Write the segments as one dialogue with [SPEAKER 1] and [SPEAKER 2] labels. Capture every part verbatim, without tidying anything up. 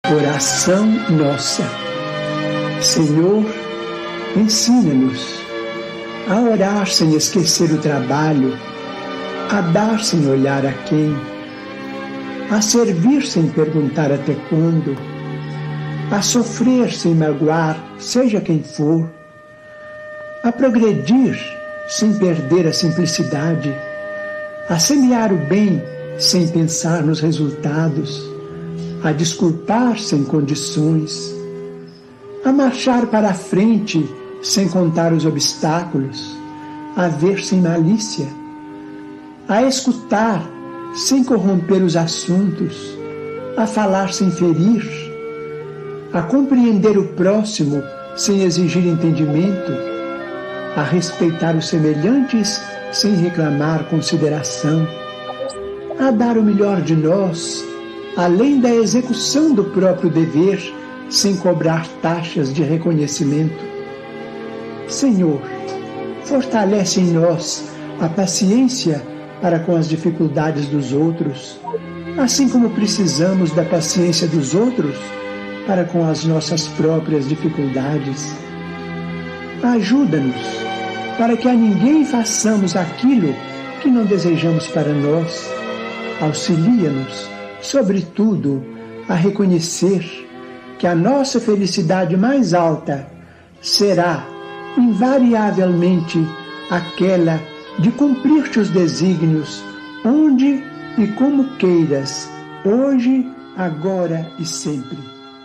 [SPEAKER 1] Oração nossa. Senhor, ensina-nos a orar sem esquecer o trabalho, a dar sem olhar a quem, a servir sem perguntar até quando, a sofrer sem magoar, seja quem for, a progredir sem perder a simplicidade, a semear o bem sem pensar nos resultados, a desculpar sem condições, a marchar para a frente sem contar os obstáculos, a ver sem malícia, a escutar sem corromper os assuntos, a falar sem ferir, a compreender o próximo sem exigir entendimento, a respeitar os semelhantes sem reclamar consideração, a dar o melhor de nós, além da execução do próprio dever, sem cobrar taxas de reconhecimento. Senhor, fortalece em nós a paciência para com as dificuldades dos outros, assim como precisamos da paciência dos outros para com as nossas próprias dificuldades. Ajuda-nos para que a ninguém façamos aquilo que não desejamos para nós. Auxilia-nos, sobretudo, a reconhecer que a nossa felicidade mais alta será, invariavelmente, aquela de cumprir-te os desígnios, onde e como queiras, hoje, agora e sempre.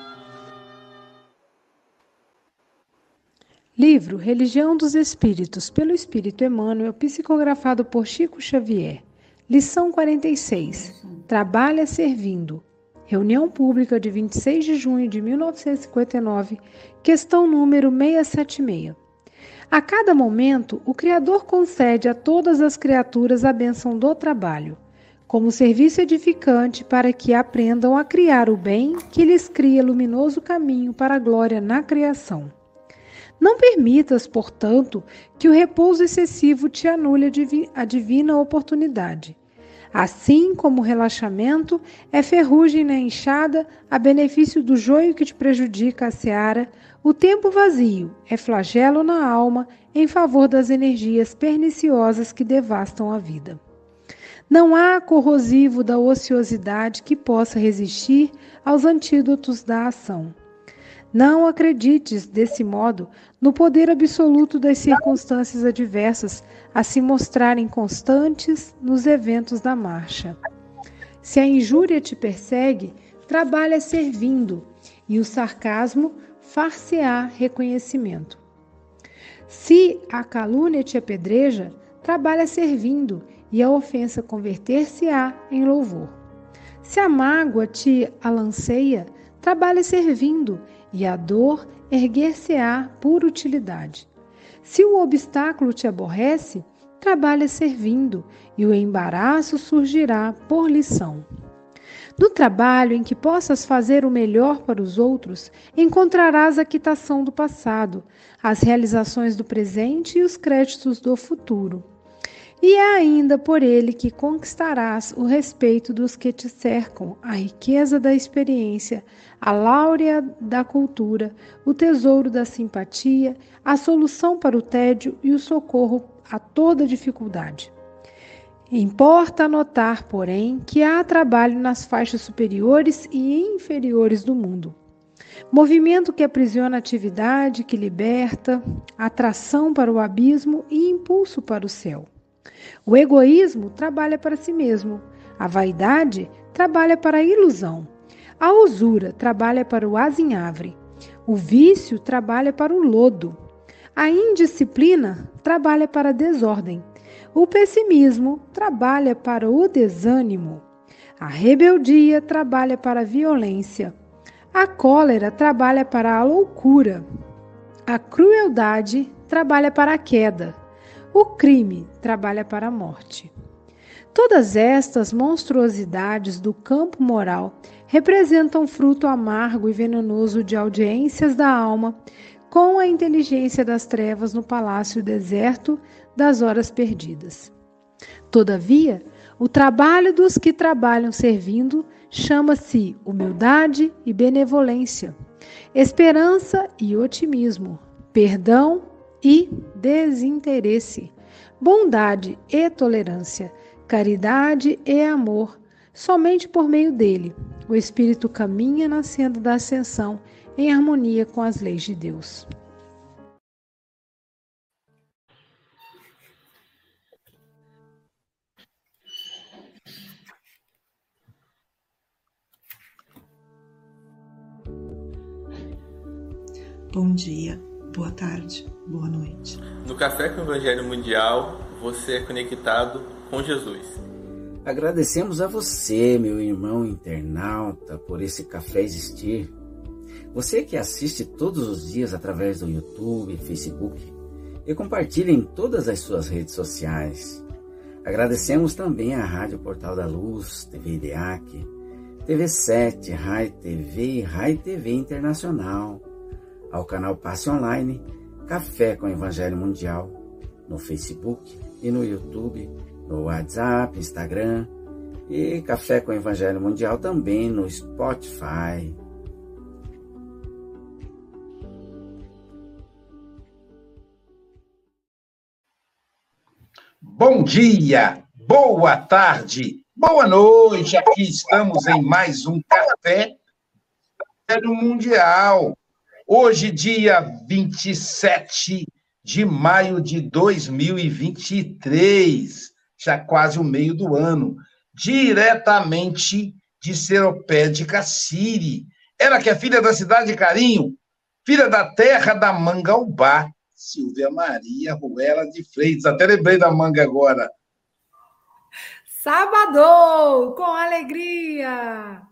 [SPEAKER 2] Livro Religião dos Espíritos, pelo Espírito Emmanuel, psicografado por Chico Xavier. Lição quarenta e seis. Trabalha servindo. Reunião pública de vinte e seis de junho de mil novecentos e cinquenta e nove, questão número seiscentos e setenta e seis. A cada momento, o Criador concede a todas as criaturas a bênção do trabalho, como serviço edificante para que aprendam a criar o bem que lhes cria luminoso caminho para a glória na criação. Não permitas, portanto, que o repouso excessivo te anule a divina oportunidade. Assim como o relaxamento é ferrugem na enxada a benefício do joio que te prejudica a seara, o tempo vazio é flagelo na alma em favor das energias perniciosas que devastam a vida. Não há corrosivo da ociosidade que possa resistir aos antídotos da ação. Não acredites, desse modo, no poder absoluto das circunstâncias adversas a se mostrarem constantes nos eventos da marcha. Se a injúria te persegue, trabalha servindo, e o sarcasmo far-se-á reconhecimento. Se a calúnia te apedreja, trabalha servindo, e a ofensa converter-se-á em louvor. Se a mágoa te alanceia, trabalha servindo, e a dor erguer-se-á por utilidade. Se o obstáculo te aborrece, trabalha servindo, e o embaraço surgirá por lição. No trabalho em que possas fazer o melhor para os outros, encontrarás a quitação do passado, as realizações do presente e os créditos do futuro. E é ainda por ele que conquistarás o respeito dos que te cercam, a riqueza da experiência, a láurea da cultura, o tesouro da simpatia, a solução para o tédio e o socorro a toda dificuldade. Importa anotar, porém, que há trabalho nas faixas superiores e inferiores do mundo. Movimento que aprisiona a atividade, que liberta, atração para o abismo e impulso para o céu. O egoísmo trabalha para si mesmo, a vaidade trabalha para a ilusão, a usura trabalha para o azinhavre, o vício trabalha para o lodo, a indisciplina trabalha para a desordem, o pessimismo trabalha para o desânimo, a rebeldia trabalha para a violência, a cólera trabalha para a loucura, a crueldade trabalha para a queda, o crime trabalha para a morte. Todas estas monstruosidades do campo moral representam fruto amargo e venenoso de audiências da alma com a inteligência das trevas no palácio deserto das horas perdidas. Todavia, O trabalho dos que trabalham servindo chama-se humildade e benevolência, esperança e otimismo, perdão e desinteresse, bondade e tolerância, caridade e amor. Somente por meio dele, o espírito caminha na senda da ascensão em harmonia com as leis de Deus.
[SPEAKER 3] Bom dia, boa tarde, boa noite.
[SPEAKER 4] No Café com o Evangelho Mundial, você é conectado com Jesus.
[SPEAKER 5] Agradecemos a você, meu irmão internauta, por esse café existir. Você que assiste todos os dias através do YouTube, Facebook e compartilha em todas as suas redes sociais. Agradecemos também à Rádio Portal da Luz, T V IDEAC, T V sete, Rai T V e Rai T V Internacional, ao canal Passe Online, Café com o Evangelho Mundial, no Facebook e no YouTube, no WhatsApp, Instagram e Café com o Evangelho Mundial também no Spotify.
[SPEAKER 6] Bom dia, boa tarde, boa noite. Aqui estamos em mais um Café Mundial. Hoje, dia vinte e sete de maio de dois mil e vinte e três, já quase o meio do ano, diretamente de Seropédica Siri. Ela que é filha da cidade de Carinho, filha da terra da Mangaubá, Silvia Maria Ruela de Freitas. Até lembrei da manga agora.
[SPEAKER 2] Sábado, com alegria!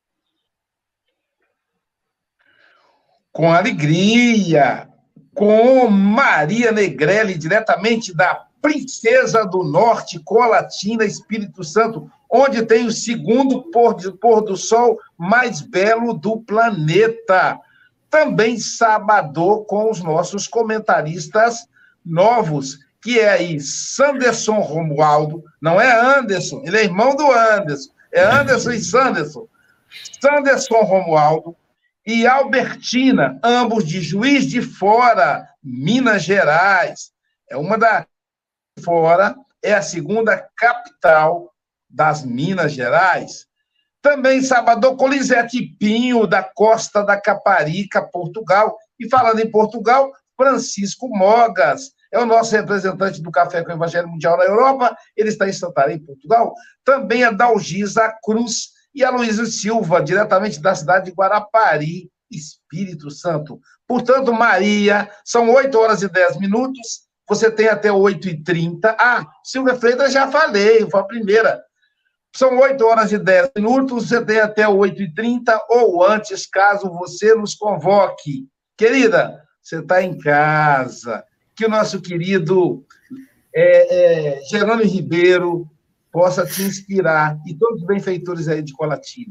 [SPEAKER 6] Com alegria, com Maria Negrelli, diretamente da Princesa do Norte, Colatina, Espírito Santo, onde tem o segundo pôr, de, pôr do sol mais belo do planeta. Também sábado com os nossos comentaristas novos, que é aí Sanderson Romualdo, não é Anderson, ele é irmão do Anderson, é Anderson e Sanderson. Sanderson Romualdo e Albertina, ambos de Juiz de Fora, Minas Gerais. É uma da Fora, é a segunda capital das Minas Gerais. Também sábado com Lisete Pinho, da Costa da Caparica, Portugal. E falando em Portugal, Francisco Mogas, é o nosso representante do Café com o Evangelho Mundial na Europa, ele está em Santarém, Portugal. Também a Dalgisa Cruz e a Luísa Silva, diretamente da cidade de Guarapari, Espírito Santo. Portanto, Maria, são oito horas e dez minutos, você tem até oito e trinta. Ah, Silvia Freitas, já falei, foi a primeira. São oito horas e dez minutos, você tem até oito e trinta, ou antes, caso você nos convoque. Querida, você está em casa. Que o nosso querido é, é, Jerônimo Ribeiro possa te inspirar, e todos os benfeitores aí de Colatina.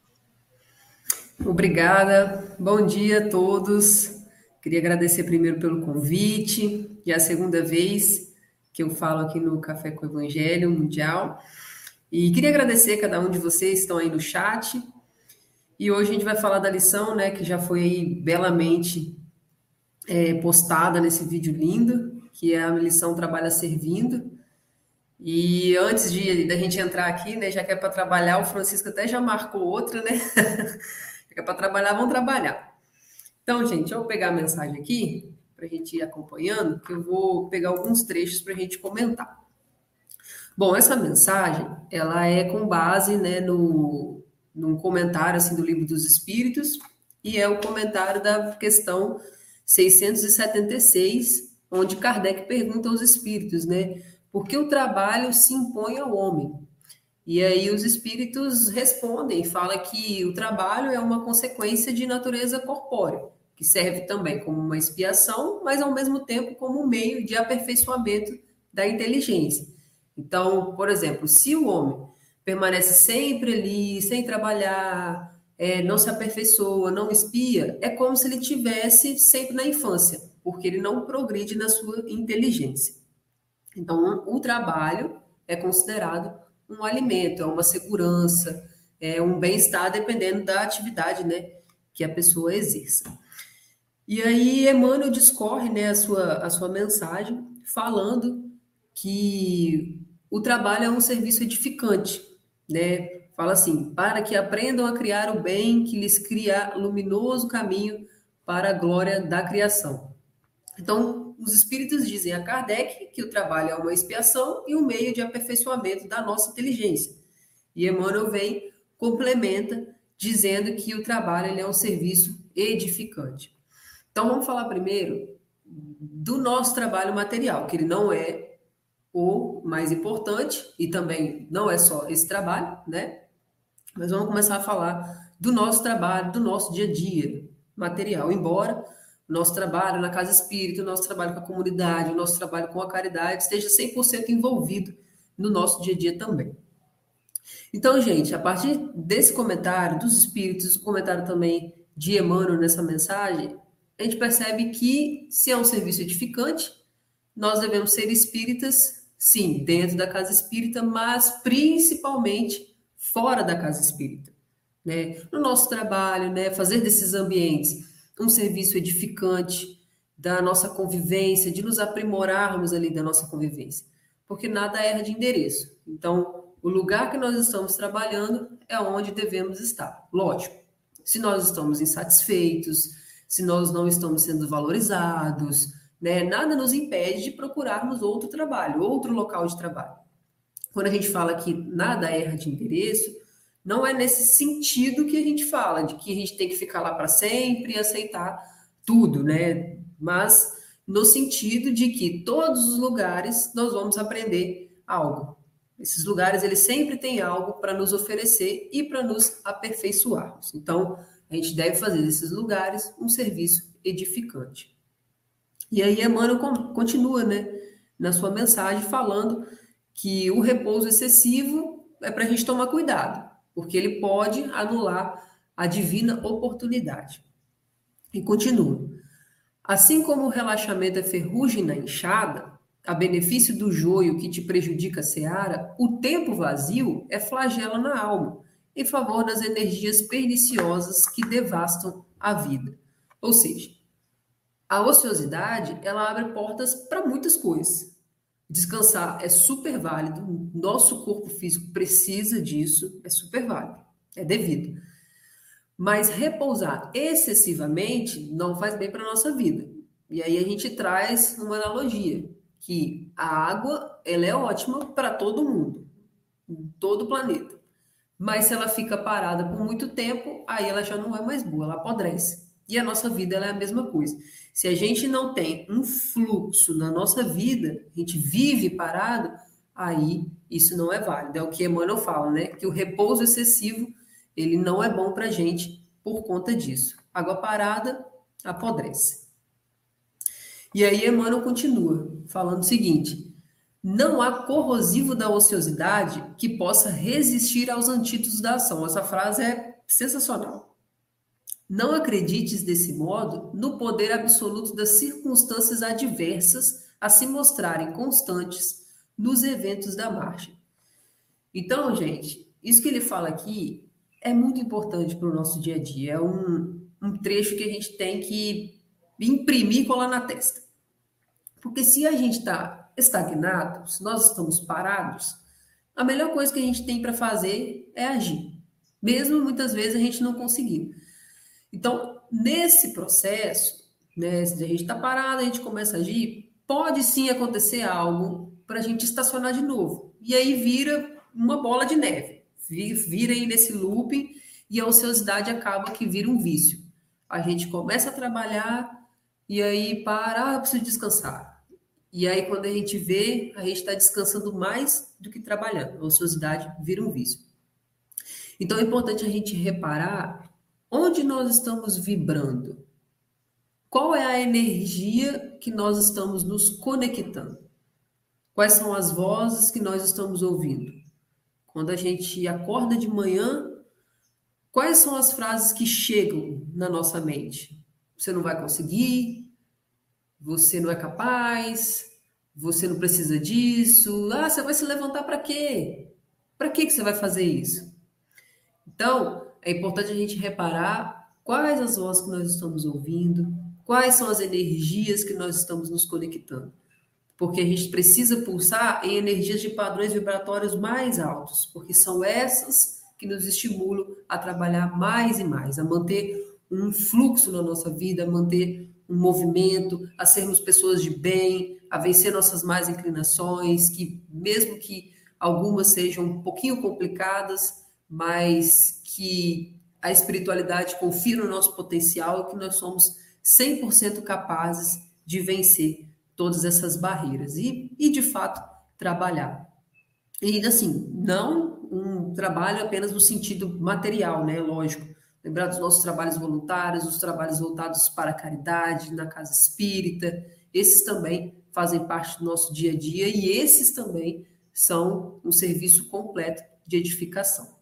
[SPEAKER 7] Obrigada, bom dia a todos. Queria agradecer primeiro pelo convite, e é a segunda vez que eu falo aqui no Café com o Evangelho Mundial. E queria agradecer a cada um de vocês que estão aí no chat. E hoje a gente vai falar da lição, né, que já foi aí belamente é, postada nesse vídeo lindo, que é a lição Trabalha Servindo. E antes de da gente entrar aqui, né, já que é para trabalhar, o Francisco até já marcou outra, né? Já que é para trabalhar, vamos trabalhar. Então, gente, deixa eu pegar a mensagem aqui, para a gente ir acompanhando, que eu vou pegar alguns trechos para a gente comentar. Bom, essa mensagem, ela é com base, né, no, num comentário, assim, do Livro dos Espíritos, e é o comentário da questão seiscentos e setenta e seis, onde Kardec pergunta aos espíritos, né, por que o trabalho se impõe ao homem? E aí os espíritos respondem, falam que o trabalho é uma consequência de natureza corpórea, que serve também como uma expiação, mas ao mesmo tempo como um meio de aperfeiçoamento da inteligência. Então, por exemplo, se o homem permanece sempre ali, sem trabalhar, é, não se aperfeiçoa, não expia, é como se ele tivesse sempre na infância, porque ele não progride na sua inteligência. Então, o trabalho é considerado um alimento, é uma segurança, é um bem-estar, dependendo da atividade, né, que a pessoa exerça. E aí Emmanuel discorre, né, a sua, a sua mensagem, falando que o trabalho é um serviço edificante, né? Fala assim, para que aprendam a criar o bem que lhes cria luminoso caminho para a glória da criação. Então, os espíritos dizem a Kardec que o trabalho é uma expiação e um meio de aperfeiçoamento da nossa inteligência. E Emmanuel vem, complementa, dizendo que o trabalho ele é um serviço edificante. Então, vamos falar primeiro do nosso trabalho material, que ele não é o mais importante e também não é só esse trabalho, né? Mas vamos começar a falar do nosso trabalho, do nosso dia a dia material, embora o nosso trabalho na casa espírita, o nosso trabalho com a comunidade, o nosso trabalho com a caridade esteja cem por cento envolvido no nosso dia a dia também. Então, gente, a partir desse comentário dos espíritos, o comentário também de Emmanuel nessa mensagem, a gente percebe que se é um serviço edificante, nós devemos ser espíritas, sim, dentro da casa espírita, mas principalmente fora da casa espírita, né? No nosso trabalho, né? Fazer desses ambientes um serviço edificante da nossa convivência, de nos aprimorarmos ali da nossa convivência, porque nada erra de endereço. Então, o lugar que nós estamos trabalhando é onde devemos estar. Lógico, se nós estamos insatisfeitos, se nós não estamos sendo valorizados, né, nada nos impede de procurarmos outro trabalho, outro local de trabalho. Quando a gente fala que nada erra de endereço, não é nesse sentido que a gente fala, de que a gente tem que ficar lá para sempre e aceitar tudo, né? Mas no sentido de que todos os lugares nós vamos aprender algo. Esses lugares, eles sempre têm algo para nos oferecer e para nos aperfeiçoarmos. Então, a gente deve fazer desses lugares um serviço edificante. E aí Emmanuel continua, né, na sua mensagem falando que o repouso excessivo é para a gente tomar cuidado, porque ele pode anular a divina oportunidade. E continua. Assim como o relaxamento é ferrugem na enxada, a benefício do joio que te prejudica a seara, o tempo vazio é flagelo na alma, em favor das energias perniciosas que devastam a vida. Ou seja, a ociosidade, ela abre portas para muitas coisas. Descansar é super válido, nosso corpo físico precisa disso, é super válido, é devido. Mas repousar excessivamente não faz bem para a nossa vida. E aí a gente traz uma analogia, que a água, ela é ótima para todo mundo, em todo o planeta. Mas se ela fica parada por muito tempo, aí ela já não é mais boa, ela apodrece. E a nossa vida, ela é a mesma coisa. Se a gente não tem um fluxo na nossa vida, a gente vive parado, aí isso não é válido. É o que Emmanuel fala, né? Que o repouso excessivo, ele não é bom para a gente por conta disso. Água parada, apodrece. E aí Emmanuel continua falando o seguinte: não há corrosivo da ociosidade que possa resistir aos antídotos da ação. Essa frase é sensacional. Não acredites desse modo no poder absoluto das circunstâncias adversas a se mostrarem constantes nos eventos da marcha. Então, gente, isso que ele fala aqui é muito importante para o nosso dia a dia. É um, um trecho que a gente tem que imprimir e colar na testa. Porque se a gente está estagnado, se nós estamos parados, a melhor coisa que a gente tem para fazer é agir. Mesmo muitas vezes a gente não conseguindo. Então, nesse processo, né, se a gente está parado, a gente começa a agir, pode sim acontecer algo para a gente estacionar de novo. E aí vira uma bola de neve. Vira aí nesse looping e a ociosidade acaba que vira um vício. A gente começa a trabalhar e aí para, ah, eu preciso descansar. E aí quando a gente vê, a gente está descansando mais do que trabalhando. A ociosidade vira um vício. Então é importante a gente reparar onde nós estamos vibrando. Qual é a energia que nós estamos nos conectando? Quais são as vozes que nós estamos ouvindo? Quando a gente acorda de manhã, quais são as frases que chegam na nossa mente? Você não vai conseguir, você não é capaz, você não precisa disso, ah, você vai se levantar para quê? Para que, que você vai fazer isso? Então, é importante a gente reparar quais as vozes que nós estamos ouvindo, quais são as energias que nós estamos nos conectando. Porque a gente precisa pulsar em energias de padrões vibratórios mais altos, porque são essas que nos estimulam a trabalhar mais e mais, a manter um fluxo na nossa vida, a manter um movimento, a sermos pessoas de bem, a vencer nossas más inclinações, que mesmo que algumas sejam um pouquinho complicadas, mas que a espiritualidade confia no nosso potencial e que nós somos cem por cento capazes de vencer todas essas barreiras e, e, de fato, trabalhar. E, assim, não um trabalho apenas no sentido material, né? Lógico. Lembrar dos nossos trabalhos voluntários, os trabalhos voltados para a caridade, na casa espírita. Esses também fazem parte do nosso dia a dia e esses também são um serviço completo de edificação.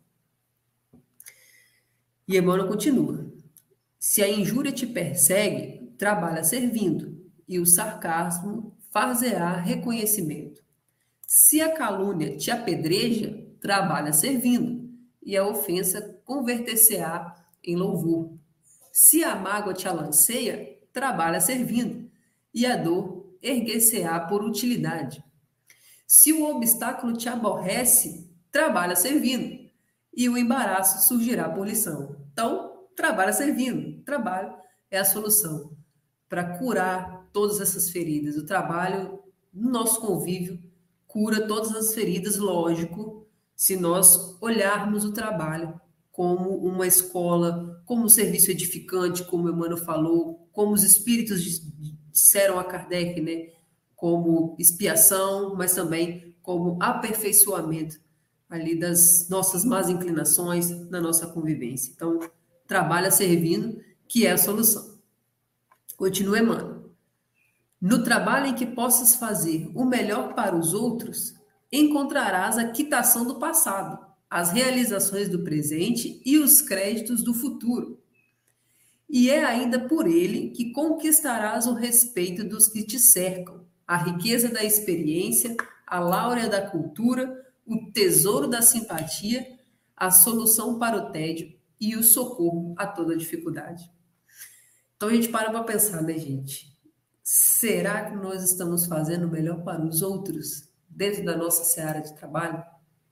[SPEAKER 7] E Emmanuel continua. Se a injúria te persegue, trabalha servindo, e o sarcasmo far-se-á reconhecimento. Se a calúnia te apedreja, trabalha servindo, e a ofensa converter-se-á em louvor. Se a mágoa te alanceia, trabalha servindo, e a dor erguer-se-á por utilidade. Se o obstáculo te aborrece, trabalha servindo, e o embaraço surgirá por lição. Então, trabalha servindo. Trabalho é a solução para curar todas essas feridas. O trabalho, no nosso convívio, cura todas as feridas, lógico, se nós olharmos o trabalho como uma escola, como um serviço edificante, como o Emmanuel falou, como os espíritos disseram a Kardec, né? Como expiação, mas também como aperfeiçoamento ali das nossas más inclinações na nossa convivência. Então, trabalha servindo, que é a solução. Continua Emmanuel. No trabalho em que possas fazer o melhor para os outros, encontrarás a quitação do passado, as realizações do presente e os créditos do futuro. E é ainda por ele que conquistarás o respeito dos que te cercam, a riqueza da experiência, a láurea da cultura, o tesouro da simpatia, a solução para o tédio e o socorro a toda dificuldade. Então a gente para para pensar, né, gente? Será que nós estamos fazendo o melhor para os outros dentro da nossa seara de trabalho?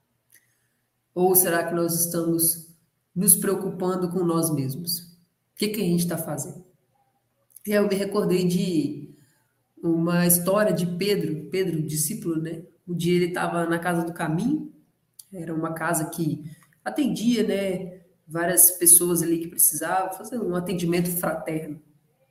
[SPEAKER 7] Ou será que nós estamos nos preocupando com nós mesmos? O que, que a gente está fazendo? E eu me recordei de uma história de Pedro, Pedro, discípulo, né? Um dia ele estava na Casa do Caminho, era uma casa que atendia, né, várias pessoas ali que precisavam fazer um atendimento fraterno.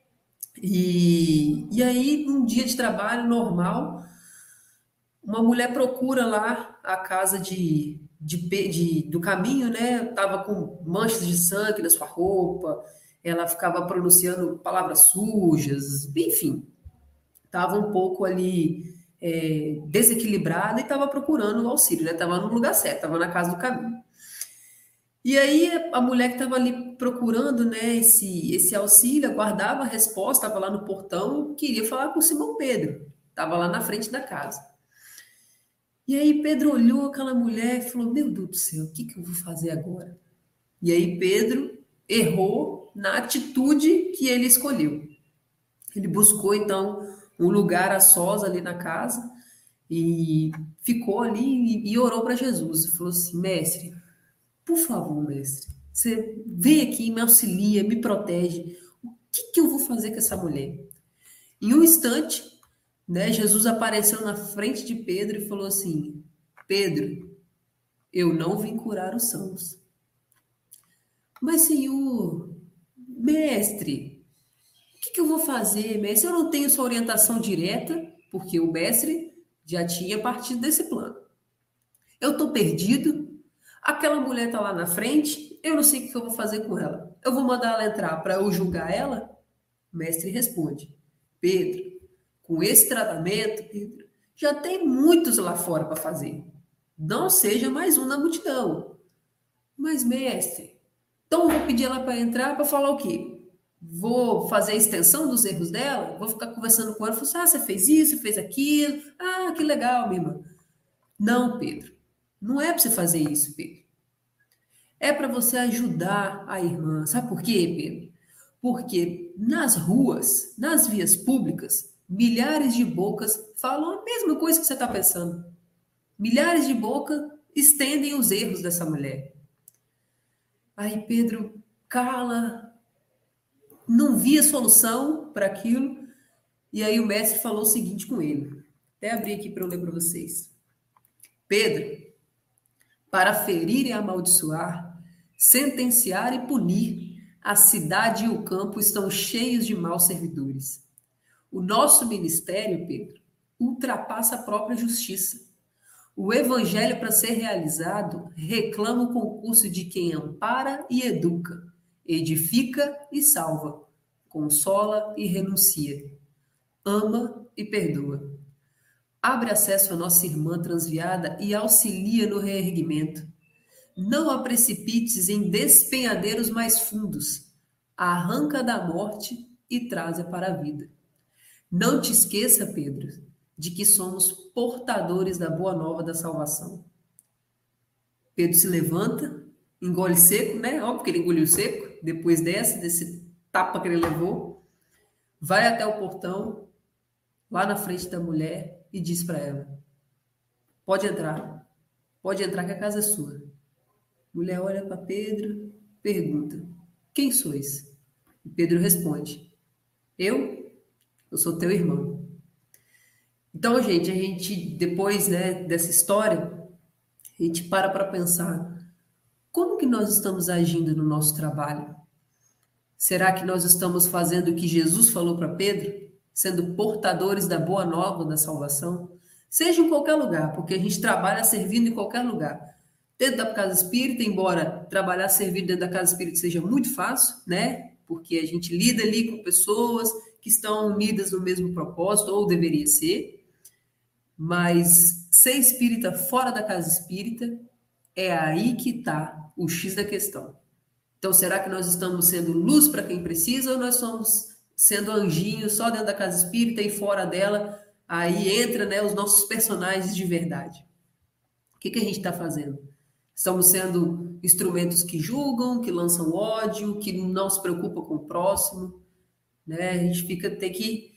[SPEAKER 7] E, e aí, num dia de trabalho normal, uma mulher procura lá a casa de, de, de, do Caminho, né? Estava com manchas de sangue na sua roupa, ela ficava pronunciando palavras sujas, enfim, estava um pouco ali é, desequilibrada e estava procurando o auxílio, né? Estava no lugar certo, estava na casa do Caminho. E aí a mulher que estava ali procurando, né, esse, esse auxílio, aguardava a resposta, estava lá no portão, queria falar com o Simão Pedro, estava lá na frente da casa. E aí Pedro olhou aquela mulher e falou, meu Deus do céu, o que, que eu vou fazer agora? E aí Pedro errou na atitude que ele escolheu. Ele buscou, então, um lugar a sós ali na casa e ficou ali e, e orou para Jesus. E falou assim, mestre, por favor, mestre, você vem aqui, me auxilia, me protege. O que, que eu vou fazer com essa mulher? Em um instante, né, Jesus apareceu na frente de Pedro e falou assim, Pedro, eu não vim curar os sãos. Mas, Senhor, mestre, o que, que eu vou fazer, mestre? Eu não tenho sua orientação direta, porque o mestre já tinha partido desse plano. Eu estou perdido. Aquela mulher está lá na frente, eu não sei o que eu vou fazer com ela. Eu vou mandar ela entrar para eu julgar ela? O mestre responde, Pedro, com esse tratamento, Pedro, já tem muitos lá fora para fazer. Não seja mais um na multidão. Mas, mestre, então eu vou pedir ela para entrar para falar o quê? Vou fazer a extensão dos erros dela? Vou ficar conversando com ela? Falar assim, ah, você fez isso, você fez aquilo. Ah, que legal, minha irmã. Não, Pedro. Não é para você fazer isso, Pedro. É para você ajudar a irmã. Sabe por quê, Pedro? Porque nas ruas, nas vias públicas, milhares de bocas falam a mesma coisa que você está pensando. Milhares de bocas estendem os erros dessa mulher. Aí Pedro cala, não via solução para aquilo, e aí o mestre falou o seguinte com ele. Até abri aqui para eu ler para vocês. Pedro, para ferir e amaldiçoar, sentenciar e punir, a cidade e o campo estão cheios de maus servidores. O nosso ministério, Pedro, ultrapassa a própria justiça. O evangelho, para ser realizado, reclama o concurso de quem ampara e educa, edifica e salva, consola e renuncia, ama e perdoa. Abre acesso à nossa irmã transviada e auxilia no reerguimento. Não a precipites em despenhadeiros mais fundos. Arranca da morte e traze para a vida. Não te esqueça, Pedro, de que somos portadores da boa nova da salvação. Pedro se levanta, engole seco, né? Óbvio que ele engoliu seco, depois dessa, desse tapa que ele levou, vai até o portão, lá na frente da mulher, e diz para ela, pode entrar, pode entrar que a casa é sua. Mulher olha para Pedro, pergunta, quem sois? E Pedro responde, eu? Eu sou teu irmão. Então, gente, a gente, depois, né, dessa história, a gente para para pensar, como que nós estamos agindo no nosso trabalho? Será que nós estamos fazendo o que Jesus falou para Pedro? Sendo portadores da boa nova da salvação? Seja em qualquer lugar, porque a gente trabalha servindo em qualquer lugar. Dentro da casa espírita, embora trabalhar servindo dentro da casa espírita seja muito fácil, né? Porque a gente lida ali com pessoas que estão unidas no mesmo propósito, ou deveria ser, mas ser espírita fora da casa espírita, é aí que está o X da questão. Então, será que nós estamos sendo luz para quem precisa, ou nós somos sendo anjinhos só dentro da casa espírita e fora dela, aí entra, né, os nossos personagens de verdade? O que, que a gente está fazendo? Estamos sendo instrumentos que julgam, que lançam ódio, que não se preocupam com o próximo, né? A gente fica, tem que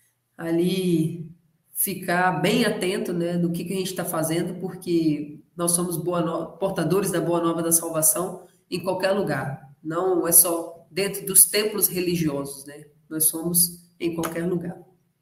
[SPEAKER 7] ali ficar bem atento, né, do que, que a gente está fazendo, porque nós somos boa no... portadores da boa nova da salvação em qualquer lugar. Não é só dentro dos templos religiosos, né? Nós somos em qualquer lugar.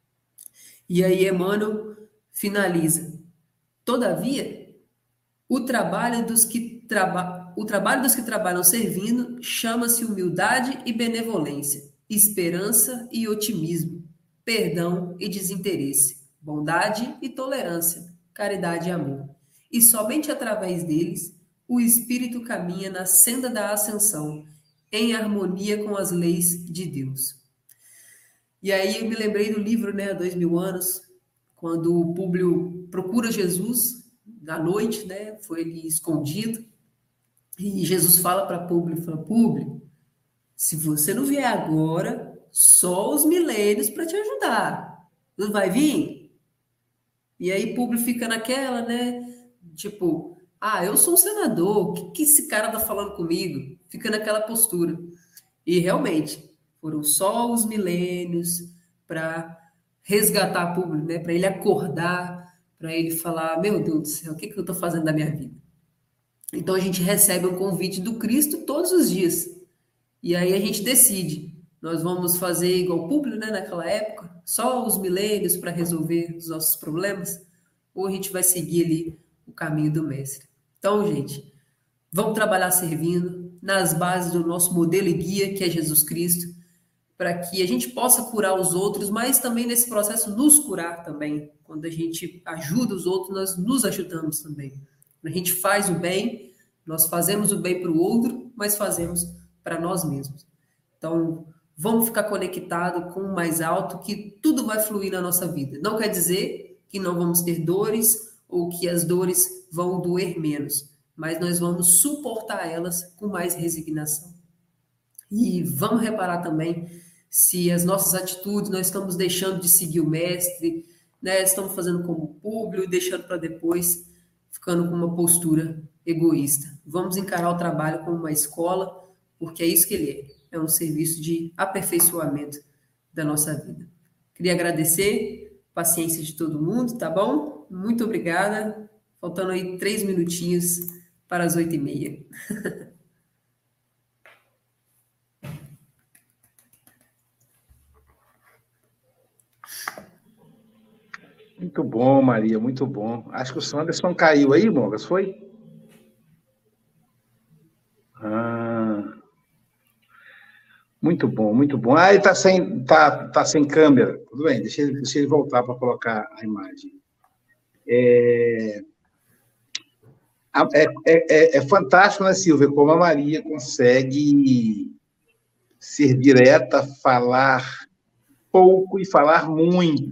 [SPEAKER 7] E aí Emmanuel finaliza. Todavia, o trabalho dos que, traba... o trabalho dos que trabalham servindo chama-se humildade e benevolência, esperança e otimismo, perdão e desinteresse, bondade e tolerância, caridade e amor. E somente através deles, o espírito caminha na senda da ascensão, em harmonia com as leis de Deus. E aí eu me lembrei do livro, né, há dois mil anos, quando o Públio procura Jesus, à noite, né, foi ele escondido, e Jesus fala para Públio, fala, Públio, se você não vier agora, só os milênios para te ajudar. Não vai vir? E aí Públio fica naquela, né, tipo, ah, eu sou um senador, o que, que esse cara tá falando comigo? Fica naquela postura. E realmente, foram só os milênios para resgatar Públio, né? Para ele acordar, para ele falar, meu Deus do céu, o que, que eu estou fazendo da minha vida? Então a gente recebe um convite do Cristo todos os dias. E aí a gente decide, nós vamos fazer igual Públio, né, naquela época, só os milênios para resolver os nossos problemas, ou a gente vai seguir ali o caminho do mestre. Então, gente, vamos trabalhar servindo nas bases do nosso modelo e guia, que é Jesus Cristo, para que a gente possa curar os outros, mas também nesse processo nos curar também. Quando a gente ajuda os outros, nós nos ajudamos também. Quando a gente faz o bem, nós fazemos o bem para o outro, mas fazemos para nós mesmos. Então, vamos ficar conectados com o mais alto, que tudo vai fluir na nossa vida. Não quer dizer que não vamos ter dores ou que as dores vão doer menos, mas nós vamos suportar elas com mais resignação. E vamos reparar também se as nossas atitudes, nós estamos deixando de seguir o mestre, né? Estamos fazendo como Públio e deixando para depois, ficando com uma postura egoísta. Vamos encarar o trabalho como uma escola, porque é isso que ele é. É um serviço de aperfeiçoamento da nossa vida. Queria agradecer a paciência de todo mundo, tá bom? Muito obrigada. Faltando aí três minutinhos para as oito e meia.
[SPEAKER 6] Muito bom, Maria, muito bom. Acho que o Sanderson caiu aí, Mogas, foi? Ah, muito bom, muito bom. Ah, ele está sem, tá, tá sem câmera. Tudo bem, deixa ele, deixa ele voltar para colocar a imagem. É, é, é, é fantástico, né, Silvia, como a Maria consegue ser direta, falar pouco e falar muito.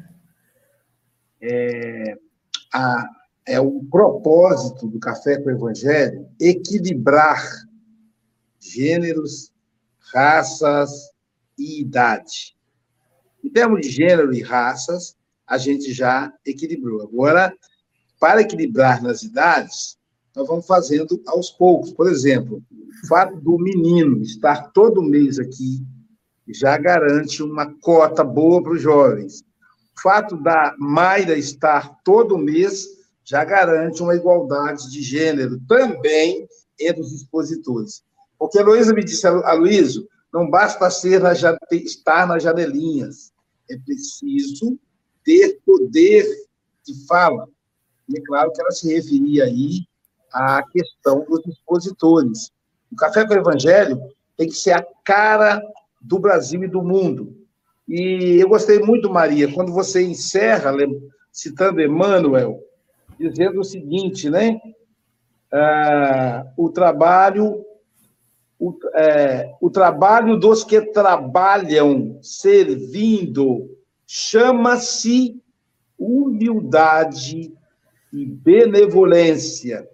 [SPEAKER 6] É, a, é o propósito do Café com o Evangelho equilibrar gêneros, raças e idade. Em termos de gênero e raças, a gente já equilibrou. Agora, para equilibrar nas idades, nós vamos fazendo aos poucos. Por exemplo, o fato do menino estar todo mês aqui já garante uma cota boa para os jovens. O fato da Mayra estar todo mês já garante uma igualdade de gênero também entre os expositores. Porque a Luísa me disse, Aloysio, não basta ser na, estar nas janelinhas, é preciso ter poder de fala. E é claro que ela se referia aí à questão dos expositores. O Café com o Evangelho tem que ser a cara do Brasil e do mundo. E eu gostei muito, Maria, quando você encerra, citando Emmanuel, dizendo o seguinte, né? Ah, o trabalho, o, é, o trabalho dos que trabalham servindo chama-se humildade e benevolência.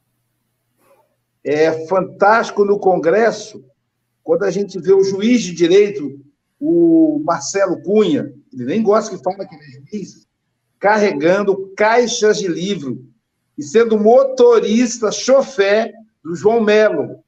[SPEAKER 6] É fantástico no Congresso, quando a gente vê o juiz de direito, o Marcelo Cunha, ele nem gosta que fala que ele é juiz, carregando caixas de livro e sendo motorista, chofé do João Melo.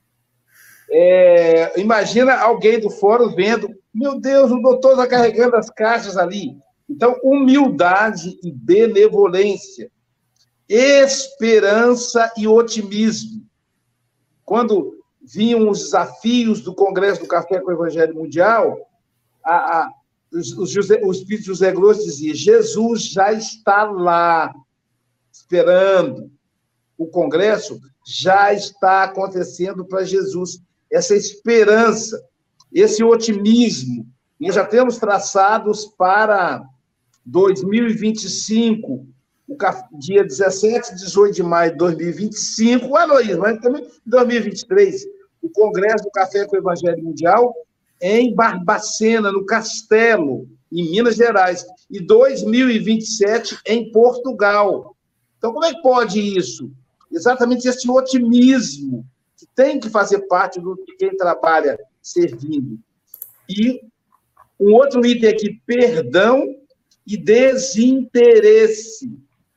[SPEAKER 6] É, imagina alguém do fórum vendo, meu Deus, o doutor está carregando as caixas ali. Então, humildade e benevolência, esperança e otimismo. Quando vinham os desafios do Congresso do Café com o Evangelho Mundial, a, a, os, os José, o Espírito José Grosso dizia, Jesus já está lá, esperando. O Congresso já está acontecendo para Jesus. Essa esperança, esse otimismo. Nós já temos traçados para dois mil e vinte e cinco, o dia dezessete e dezoito de maio de dois mil e vinte e cinco, o Aloysio, mas também em dois mil e vinte e três, o Congresso do Café com o Evangelho Mundial em Barbacena, no Castelo, em Minas Gerais, e dois mil e vinte e sete em Portugal. Então, como é que pode isso? Exatamente esse otimismo que tem que fazer parte do de quem trabalha servindo. E um outro item aqui, perdão e desinteresse.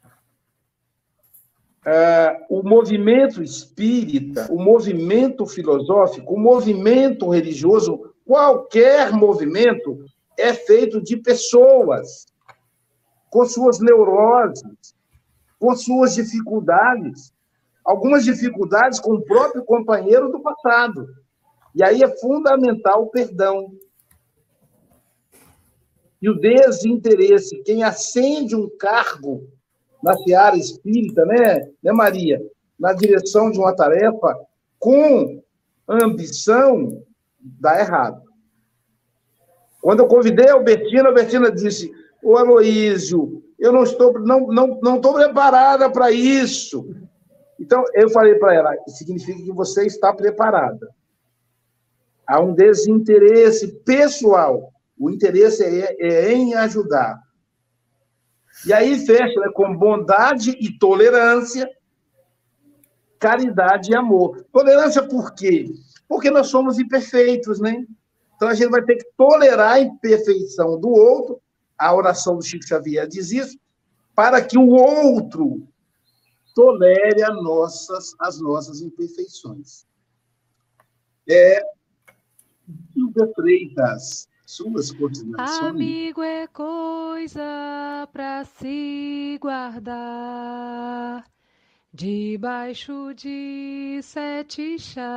[SPEAKER 6] Uh, o movimento espírita, o movimento filosófico, o movimento religioso, qualquer movimento é feito de pessoas com suas neuroses, com suas dificuldades, algumas dificuldades com o próprio companheiro do passado. E aí é fundamental o perdão. E o desinteresse. Quem acende um cargo na seara espírita, né, né, Maria? Na direção de uma tarefa, com ambição, dá errado. Quando eu convidei a Albertina, a Albertina disse, ô Aloysio, eu não estou, não, não, não estou preparada para isso. Então, eu falei para ela, significa que você está preparada. Há um desinteresse pessoal. O interesse é, é em ajudar. E aí fecha, né, com bondade e tolerância, caridade e amor. Tolerância por quê? Porque nós somos imperfeitos, né? Então a gente vai ter que tolerar a imperfeição do outro, a oração do Chico Xavier diz isso, para que o outro tolere as nossas, as nossas imperfeições. É, Silvia Freitas, suas considerações.
[SPEAKER 2] Amigo é coisa para se guardar debaixo de sete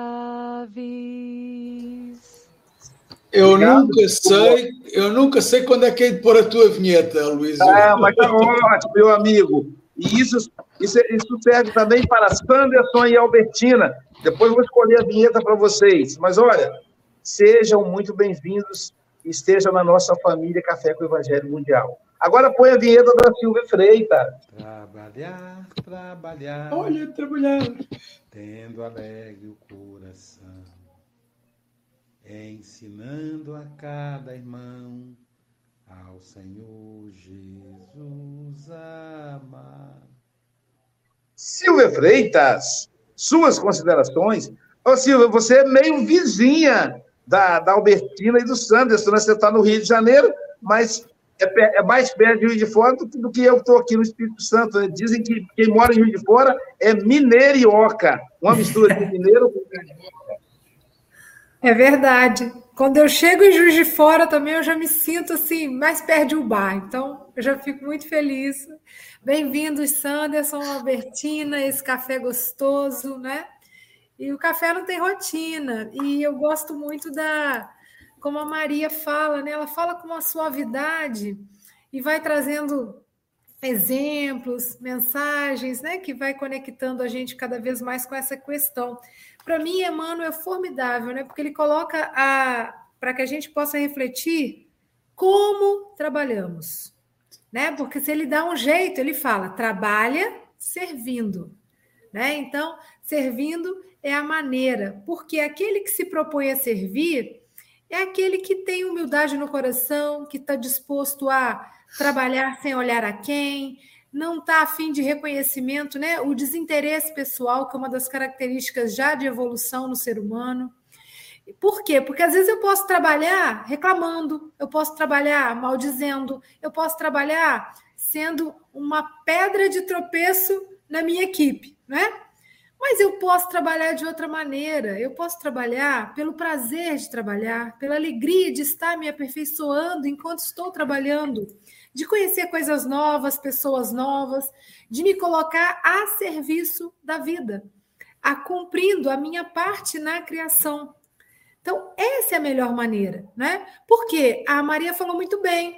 [SPEAKER 2] chaves.
[SPEAKER 8] Eu Obrigado. nunca sei, eu nunca sei quando é que é de pôr a tua vinheta, Luís.
[SPEAKER 6] Ah, mas tá ótimo, meu amigo. E isso, isso, isso serve também para Sanderson e Albertina. Depois eu vou escolher a vinheta para vocês. Mas olha, sejam muito bem-vindos e estejam na nossa família Café com o Evangelho Mundial. Agora põe a vinheta da Silvia Freitas.
[SPEAKER 9] Trabalhar, trabalhar.
[SPEAKER 8] Olha, trabalhar.
[SPEAKER 9] Tendo alegre o coração. Ensinando a cada irmão ao Senhor Jesus amar.
[SPEAKER 6] Silvia Freitas, suas considerações. Ô, Silvia, você é meio vizinha da, da Albertina e do Sanderson, né? Você está no Rio de Janeiro, mas é, é mais perto de Rio de Fora do, do que eu que estou aqui no Espírito Santo, né? Dizem que quem mora em Rio de Fora é mineirioca, uma mistura de mineiro com carioca.
[SPEAKER 2] É verdade. Quando eu chego em Juiz de Fora também, eu já me sinto assim, mais perto de Ubar. Então, eu já fico muito feliz. Bem-vindos, Sanderson, Albertina, esse café gostoso, né? E o café não tem rotina. E eu gosto muito da... Como a Maria fala, né? Ela fala com uma suavidade e vai trazendo exemplos, mensagens, né? Que vai conectando a gente cada vez mais com essa questão. Para mim, Emmanuel é formidável, né? Porque ele coloca a para que a gente possa refletir como trabalhamos, né? Porque se ele dá um jeito, ele fala, trabalha servindo, né? Então, servindo é a maneira, porque aquele que se propõe a servir é aquele que tem humildade no coração, que está disposto a trabalhar sem olhar a quem, não está a fim de reconhecimento, né? O desinteresse pessoal, que é uma das características já de evolução no ser humano. Por quê? Porque às vezes eu posso trabalhar reclamando, eu posso trabalhar maldizendo, eu posso trabalhar sendo uma pedra de tropeço na minha equipe, né? Mas eu posso trabalhar de outra maneira, eu posso trabalhar pelo prazer de trabalhar, pela alegria de estar me aperfeiçoando enquanto estou trabalhando, de conhecer coisas novas, pessoas novas, de me colocar a serviço da vida, a cumprindo a minha parte na criação. Então, essa é a melhor maneira, né? Porque a Maria falou muito bem,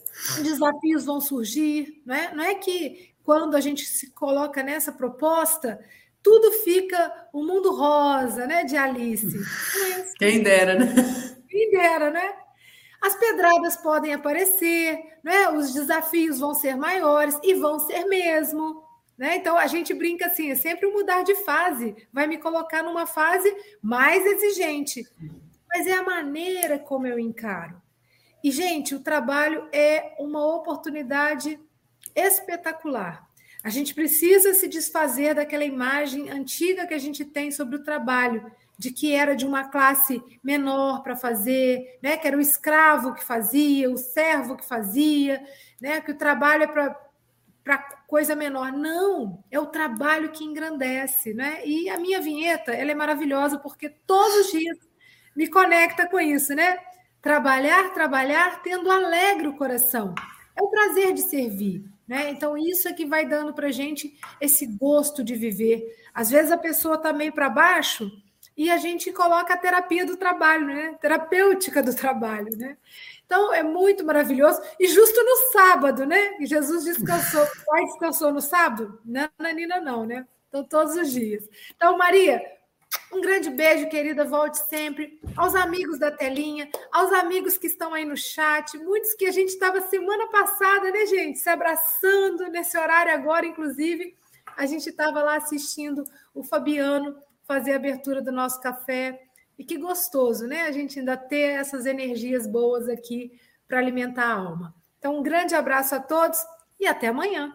[SPEAKER 2] desafios vão surgir, né? Não é que quando a gente se coloca nessa proposta, tudo fica um mundo rosa, né, de Alice. Mas,
[SPEAKER 7] quem dera, né?
[SPEAKER 2] Quem dera, né? As pedradas podem aparecer, né? Os desafios vão ser maiores e vão ser mesmo, né? Então, a gente brinca assim, é sempre um mudar de fase, vai me colocar numa fase mais exigente, mas é a maneira como eu encaro. E, gente, o trabalho é uma oportunidade espetacular. A gente precisa se desfazer daquela imagem antiga que a gente tem sobre o trabalho, de que era de uma classe menor para fazer, né? Que era o escravo que fazia, o servo que fazia, né? Que o trabalho é para para coisa menor. Não, é o trabalho que engrandece, né? E a minha vinheta, ela é maravilhosa porque todos os dias me conecta com isso, né? Trabalhar, trabalhar, tendo alegre o coração. É o prazer de servir, né? Então, isso é que vai dando para a gente esse gosto de viver. Às vezes a pessoa está meio para baixo e a gente coloca a terapia do trabalho, né? Terapêutica do trabalho, né? Então, é muito maravilhoso. E justo no sábado, né? Jesus descansou. O pai descansou no sábado? Não, Nanina, não, né? Então, todos os dias. Então, Maria, um grande beijo, querida. Volte sempre. Aos amigos da telinha, aos amigos que estão aí no chat, muitos que a gente estava semana passada, né, gente? Se abraçando nesse horário agora, inclusive. A gente estava lá assistindo o Fabiano fazer a abertura do nosso café. E que gostoso, né? A gente ainda ter essas energias boas aqui para alimentar a alma. Então, um grande abraço a todos e até amanhã.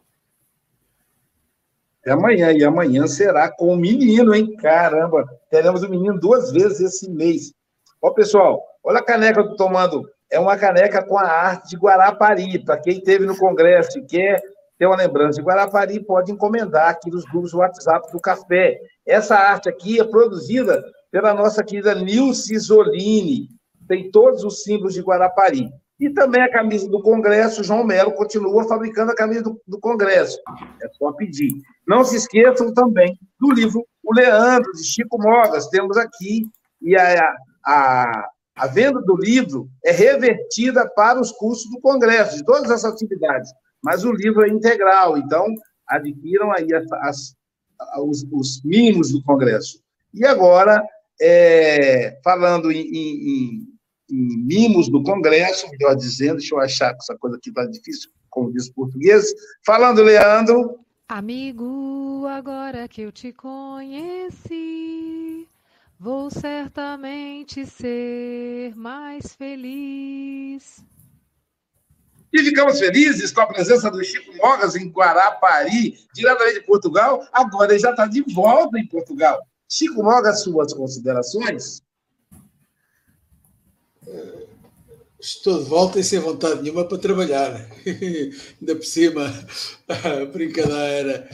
[SPEAKER 6] Até amanhã. E amanhã será com o menino, hein? Caramba, teremos o menino duas vezes esse mês. Ó, pessoal, olha a caneca que eu estou tomando. É uma caneca com a arte de Guarapari. Para quem esteve no congresso e quer tem uma lembrança de Guarapari, pode encomendar aqui nos grupos do WhatsApp do Café. Essa arte aqui é produzida pela nossa querida Nilce Zolini, tem todos os símbolos de Guarapari. E também a camisa do Congresso, João Melo continua fabricando a camisa do, do Congresso. É só pedir. Não se esqueçam também do livro O Leandro, de Chico Mogas, temos aqui, e a, a, a venda do livro é revertida para os custos do Congresso, de todas as atividades, mas o livro é integral, então adquiram aí as, as, os, os mínimos do Congresso. E agora, é, falando em, em, em mimos do Congresso, melhor dizendo, deixa eu achar que essa coisa aqui está difícil, como diz o português. Falando, Leandro.
[SPEAKER 10] Amigo, agora que eu te conheci, vou certamente ser mais feliz.
[SPEAKER 6] E ficamos felizes com a presença do Chico Mogas em Guarapari, diretamente de Portugal. Agora ele já está de volta em Portugal. Chico Mogas, suas considerações?
[SPEAKER 8] Estou de volta e sem vontade nenhuma para trabalhar. Ainda por cima, brincadeira.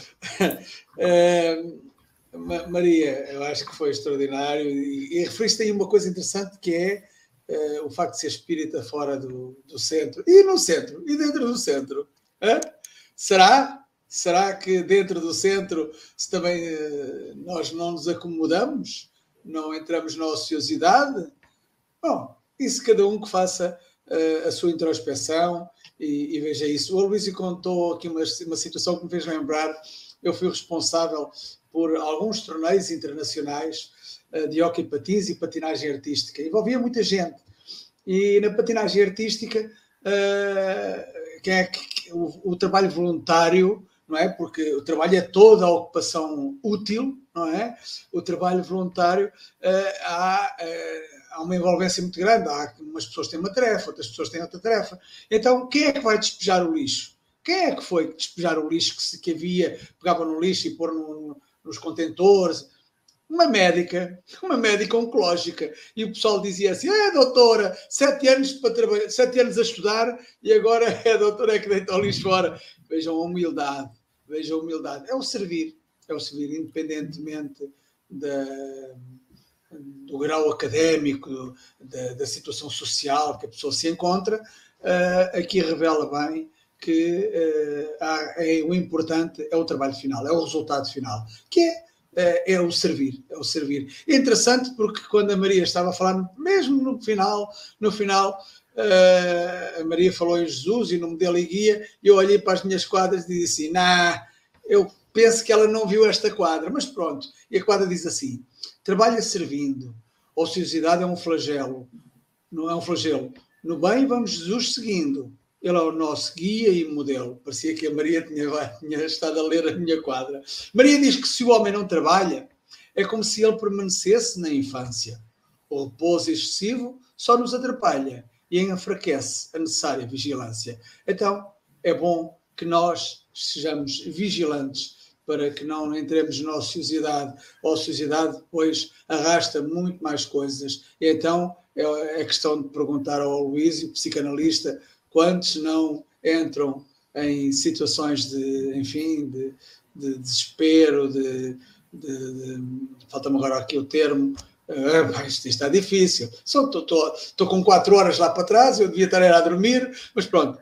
[SPEAKER 8] É, Maria, eu acho que foi extraordinário. E, e referiste aí uma coisa interessante, que é é, o facto de ser espírita fora do, do centro. E no centro? E dentro do centro? Hã? Será? Será que dentro do centro se também nós não nos acomodamos? Não entramos na ociosidade? Bom, isso cada um que faça uh, a sua introspeção e, e veja isso. O Aloísio contou aqui uma, uma situação que me fez lembrar. Eu fui responsável por alguns torneios internacionais uh, de hóquei patins e patinagem artística. Envolvia muita gente. E na patinagem artística, uh, que é que, o, o trabalho voluntário, não é? Porque o trabalho é toda a ocupação útil, não é? O trabalho voluntário, uh, há... Uh, há uma envolvência muito grande, há umas pessoas têm uma tarefa, outras pessoas têm outra tarefa. Então, quem é que vai despejar o lixo? Quem é que foi que despejar o lixo que, se, que havia, pegava no lixo e pôr no, no, nos contentores? Uma médica, uma médica oncológica. E o pessoal dizia assim, é doutora, sete anos, para trabalhar, sete anos a estudar e agora é a doutora é que deita o lixo fora. Vejam a humildade, vejam a humildade. É o servir, é o servir, independentemente da... do grau académico, da, da situação social que a pessoa se encontra, uh, aqui revela bem que uh, há, é, o importante é o trabalho final, é o resultado final, que é, uh, é o servir, é o servir. É interessante porque quando a Maria estava a falar, mesmo no final, no final, uh, a Maria falou em Jesus e no modelo e guia, e eu olhei para as minhas quadras e disse assim, nah, eu penso que ela não viu esta quadra, mas pronto, e a quadra diz assim, trabalha servindo. Ociosidade é um flagelo. Não é um flagelo. No bem, vamos Jesus seguindo. Ele é o nosso guia e modelo. Parecia que a Maria tinha, tinha estado a ler a minha quadra. Maria diz que se o homem não trabalha, é como se ele permanecesse na infância. O repouso excessivo só nos atrapalha e enfraquece a necessária vigilância. Então, é bom que nós sejamos vigilantes para que não entremos na ociosidade. A ociosidade depois arrasta muito mais coisas. E então é questão de perguntar ao Aloísio, psicanalista, quantos não entram em situações de, enfim, de, de desespero, de, de, de falta-me agora aqui o termo, uh, isto está difícil. Estou com quatro horas lá para trás, eu devia estar a dormir, mas pronto.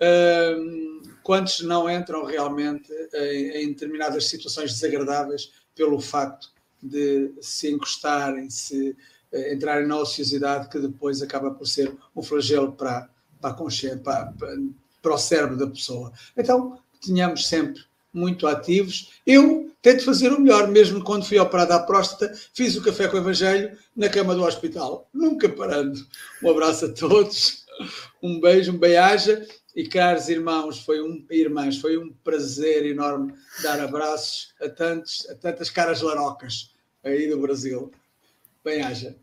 [SPEAKER 8] Uh, Quantos não entram realmente em, em determinadas situações desagradáveis pelo facto de se encostarem, se eh, entrarem na ociosidade, que depois acaba por ser um flagelo para, para a consciência, para, para, para o cérebro da pessoa. Então, tenhamos sempre muito ativos. Eu tento fazer o melhor, mesmo quando fui operado à próstata, fiz o café com o Evangelho na cama do hospital, nunca parando. Um abraço a todos, um beijo, um bem-aja. E, caros irmãos, foi um, irmãs, foi um prazer enorme dar abraços a, tantos, a tantas caras larocas aí do Brasil. Bem-haja.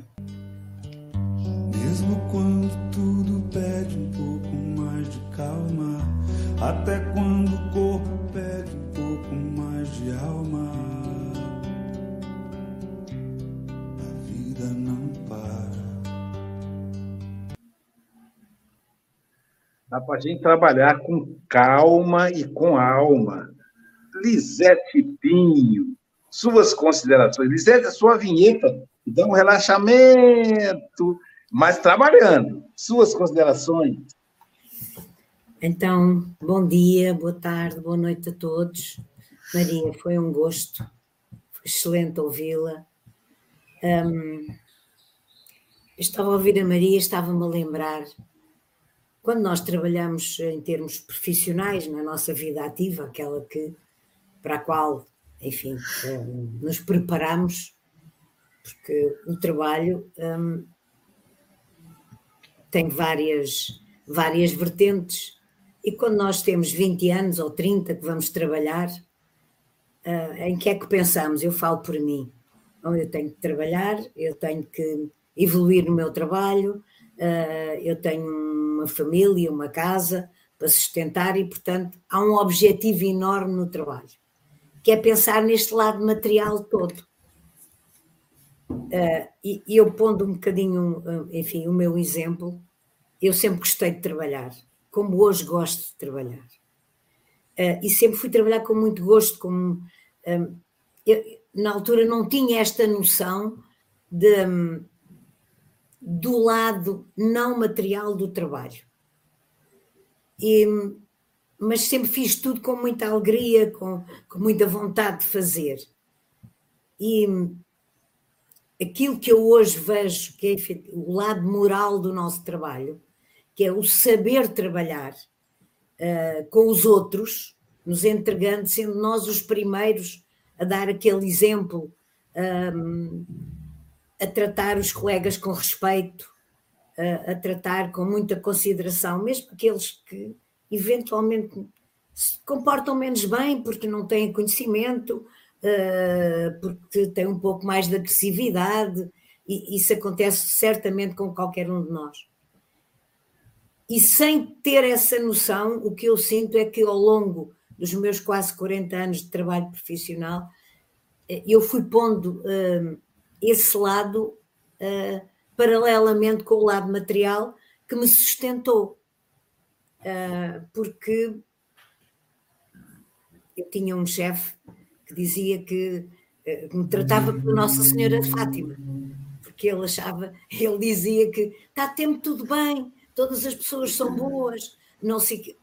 [SPEAKER 11] Mesmo quando tudo pede um pouco mais de calma, até quando o corpo pede um pouco mais de alma, a vida não para.
[SPEAKER 6] Dá para a gente trabalhar com calma e com alma. Lisete Pinho, suas considerações. Lisete, a sua vinheta dá um relaxamento, mas trabalhando. Suas considerações.
[SPEAKER 12] Então, bom dia, boa tarde, boa noite a todos. Maria, foi um gosto, foi excelente ouvi-la. Um, estava a ouvir a Maria, estava-me a lembrar, quando nós trabalhamos em termos profissionais na nossa vida ativa, aquela que, para a qual, enfim, um, nos preparamos, porque o trabalho um, tem várias, várias vertentes. E quando nós temos vinte anos ou trinta que vamos trabalhar, uh, em que é que pensamos? Eu falo por mim. Então, eu tenho que trabalhar, eu tenho que evoluir no meu trabalho, uh, eu tenho uma família, uma casa para sustentar e, portanto, há um objetivo enorme no trabalho, que é pensar neste lado material todo. Uh, e, e eu pondo um bocadinho, enfim, o meu exemplo, eu sempre gostei de trabalhar, como hoje gosto de trabalhar. Uh, e sempre fui trabalhar com muito gosto, como, um, eu, na altura não tinha esta noção de, um, do lado não material do trabalho. E, mas sempre fiz tudo com muita alegria, com, com muita vontade de fazer. E aquilo que eu hoje vejo, que é o lado moral do nosso trabalho, que é o saber trabalhar uh, com os outros, nos entregando, sendo nós os primeiros a dar aquele exemplo, um, a tratar os colegas com respeito, uh, a tratar com muita consideração, mesmo aqueles que eventualmente se comportam menos bem porque não têm conhecimento, uh, porque têm um pouco mais de agressividade, e isso acontece certamente com qualquer um de nós. E sem ter essa noção, o que eu sinto é que ao longo dos meus quase quarenta anos de trabalho profissional, eu fui pondo uh, esse lado uh, paralelamente com o lado material que me sustentou. Uh, porque eu tinha um chefe que dizia que uh, me tratava por Nossa Senhora de Fátima, porque ele achava, ele dizia que está tempo tudo bem, todas as pessoas são boas, não sei o quê.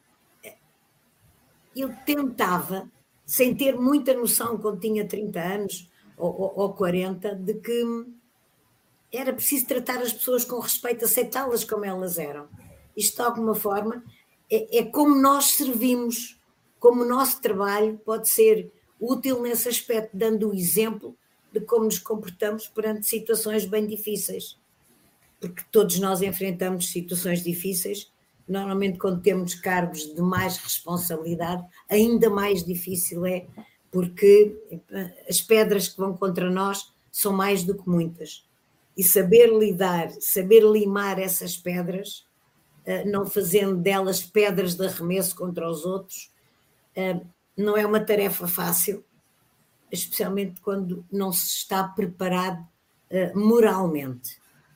[SPEAKER 12] Eu tentava, sem ter muita noção quando tinha trinta anos ou, ou, ou quarenta, de que era preciso tratar as pessoas com respeito, aceitá-las como elas eram. Isto, de alguma forma, é, é como nós servimos, como o nosso trabalho pode ser útil nesse aspecto, dando o exemplo de como nos comportamos perante situações bem difíceis. Porque todos nós enfrentamos situações difíceis, normalmente quando temos cargos de mais responsabilidade, ainda mais difícil é, porque as pedras que vão contra nós são mais do que muitas. E saber lidar, saber limar essas pedras, não fazendo delas pedras de arremesso contra os outros, não é uma tarefa fácil, especialmente quando não se está preparado moralmente.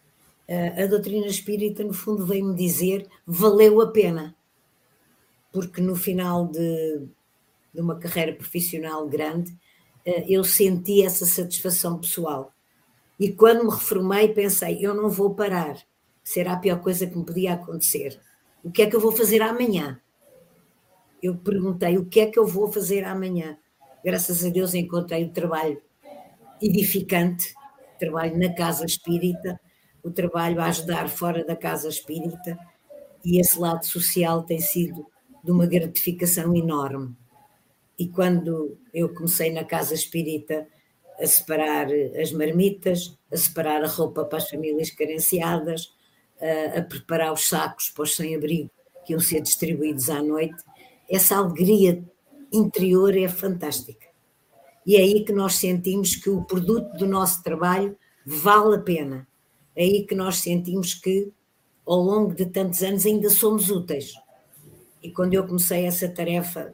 [SPEAKER 12] A doutrina espírita, no fundo, veio-me dizer valeu a pena, porque no final de, de uma carreira profissional grande, eu senti essa satisfação pessoal. E quando me reformei, pensei, eu não vou parar, será a pior coisa que me podia acontecer. O que é que eu vou fazer amanhã? Eu perguntei, o que é que eu vou fazer amanhã? Graças a Deus encontrei o trabalho edificante, trabalho na casa espírita, o trabalho a ajudar fora da casa espírita, e esse lado social tem sido de uma gratificação enorme. E quando eu comecei na casa espírita a separar as marmitas, a separar a roupa para as famílias carenciadas, a, a preparar os sacos para os sem-abrigo que iam ser distribuídos à noite, essa alegria interior é fantástica. E é aí que nós sentimos que o produto do nosso trabalho vale a pena. É aí que nós sentimos que, ao longo de tantos anos, ainda somos úteis. E quando eu comecei essa tarefa,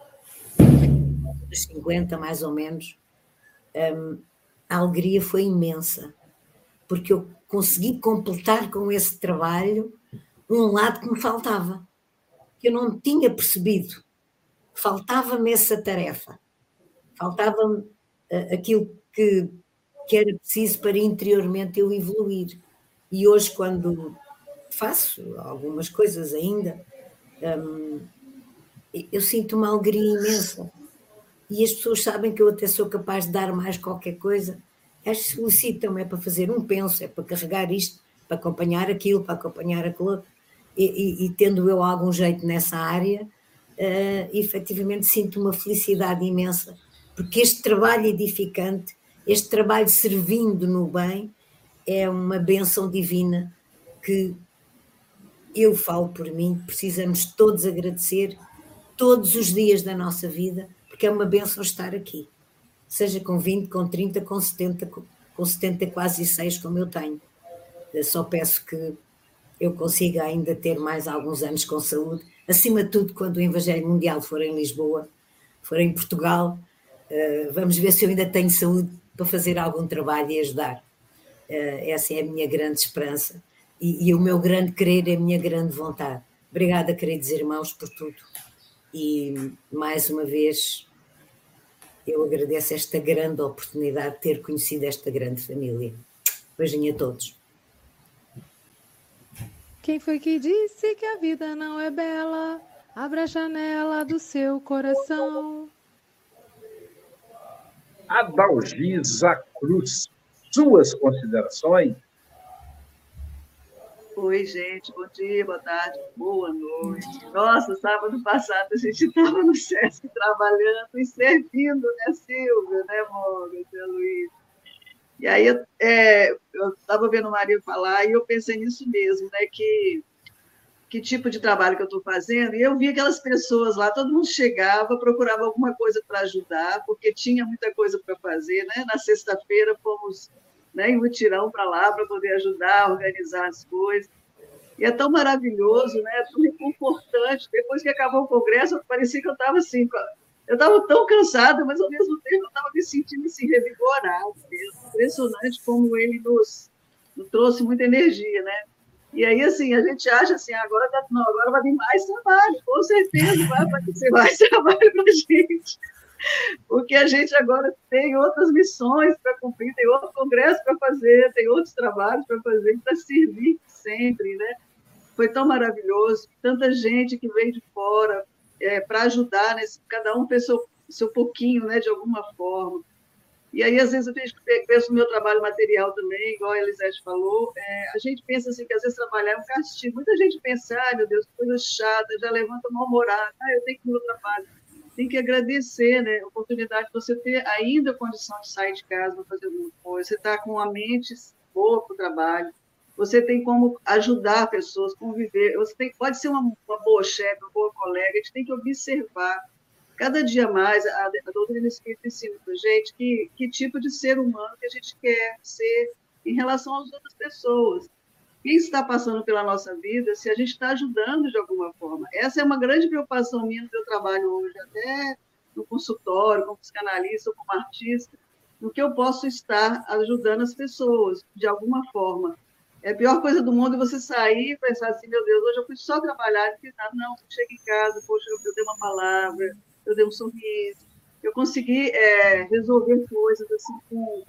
[SPEAKER 12] dos cinquenta mais ou menos, um, a alegria foi imensa, porque eu consegui completar com esse trabalho um lado que me faltava. eu não tinha percebido. Faltava-me essa tarefa. Faltava-me uh, aquilo que, que era preciso para interiormente eu evoluir. E hoje, quando faço algumas coisas ainda, um, eu sinto uma alegria imensa. E as pessoas sabem que eu até sou capaz de dar mais qualquer coisa. Elas solicitam-me, é para fazer um penso, é para carregar isto, para acompanhar aquilo, para acompanhar aquilo. E, e, e tendo eu algum jeito nessa área, uh, efetivamente sinto uma felicidade imensa, porque este trabalho edificante, este trabalho servindo no bem, é uma bênção divina que eu falo por mim, precisamos todos agradecer todos os dias da nossa vida, porque é uma bênção estar aqui. Seja com vinte, com trinta, com setenta, com setenta quase seis, como eu tenho. Eu só peço que eu consiga ainda ter mais alguns anos com saúde. Acima de tudo, quando o Evangelho Mundial for em Lisboa, for em Portugal, vamos ver se eu ainda tenho saúde para fazer algum trabalho e ajudar. Essa é a minha grande esperança. E, e o meu grande querer é a minha grande vontade. Obrigada, queridos irmãos, por tudo. E, mais uma vez, eu agradeço esta grande oportunidade de ter conhecido esta grande família. Beijinho a todos.
[SPEAKER 10] Quem foi que disse que a vida não é bela? Abra a janela do seu coração.
[SPEAKER 6] Adalgisa Cruz, suas considerações?
[SPEAKER 13] Oi, gente, bom dia, boa tarde, boa noite. Nossa, sábado passado a gente estava no SESC trabalhando e servindo, né, Silvia, né, Mônica, né, Luiz? E aí eu é, estava vendo o Maria falar e eu pensei nisso mesmo, né, que, que tipo de trabalho que eu estou fazendo, e eu vi aquelas pessoas lá, todo mundo chegava, procurava alguma coisa para ajudar, porque tinha muita coisa para fazer, né? Na sexta-feira fomos, né, em mutirão para lá, para poder ajudar a organizar as coisas. E é tão maravilhoso, né? É tão reconfortante. Depois que acabou o congresso, parecia que eu estava assim, eu estava tão cansada, mas ao mesmo tempo eu estava me sentindo assim, revigorada. Impressionante como ele nos, nos trouxe muita energia, né? E aí, assim, a gente acha assim, agora, não, agora vai vir mais trabalho, com certeza vai aparecer mais trabalho para a gente. Porque a gente agora tem outras missões para cumprir, tem outro congresso para fazer, tem outros trabalhos para fazer, para servir sempre, né? Foi tão maravilhoso, tanta gente que veio de fora é, para ajudar, né? Cada um fez seu, seu pouquinho, né? De alguma forma. E aí, às vezes, eu penso no meu trabalho material também, igual a Elisete falou, é, a gente pensa assim, que às vezes trabalhar é um castigo. Muita gente pensa, ai, meu Deus, que coisa chata, já levanta mal-humorado, ah, eu tenho que ir no meu trabalho. Tem que agradecer, né, a oportunidade de você ter ainda a condição de sair de casa para fazer alguma coisa, você está com a mente boa para o trabalho, você tem como ajudar pessoas, conviver, você tem, pode ser uma, uma boa chefe, uma boa colega, a gente tem que observar cada dia mais, a, a doutrina espírita ensina para a gente que, que tipo de ser humano que a gente quer ser em relação às outras pessoas. Quem está passando pela nossa vida, se a gente está ajudando de alguma forma. Essa é uma grande preocupação minha no meu trabalho hoje, até no consultório, como psicanalista, como artista, no que eu posso estar ajudando as pessoas, de alguma forma. É a pior coisa do mundo é você sair e pensar assim, meu Deus, hoje eu fui só trabalhar, e pensar, não, você chega em casa, poxa, eu dei uma palavra, eu dei um sorriso, eu consegui é, resolver coisas assim, com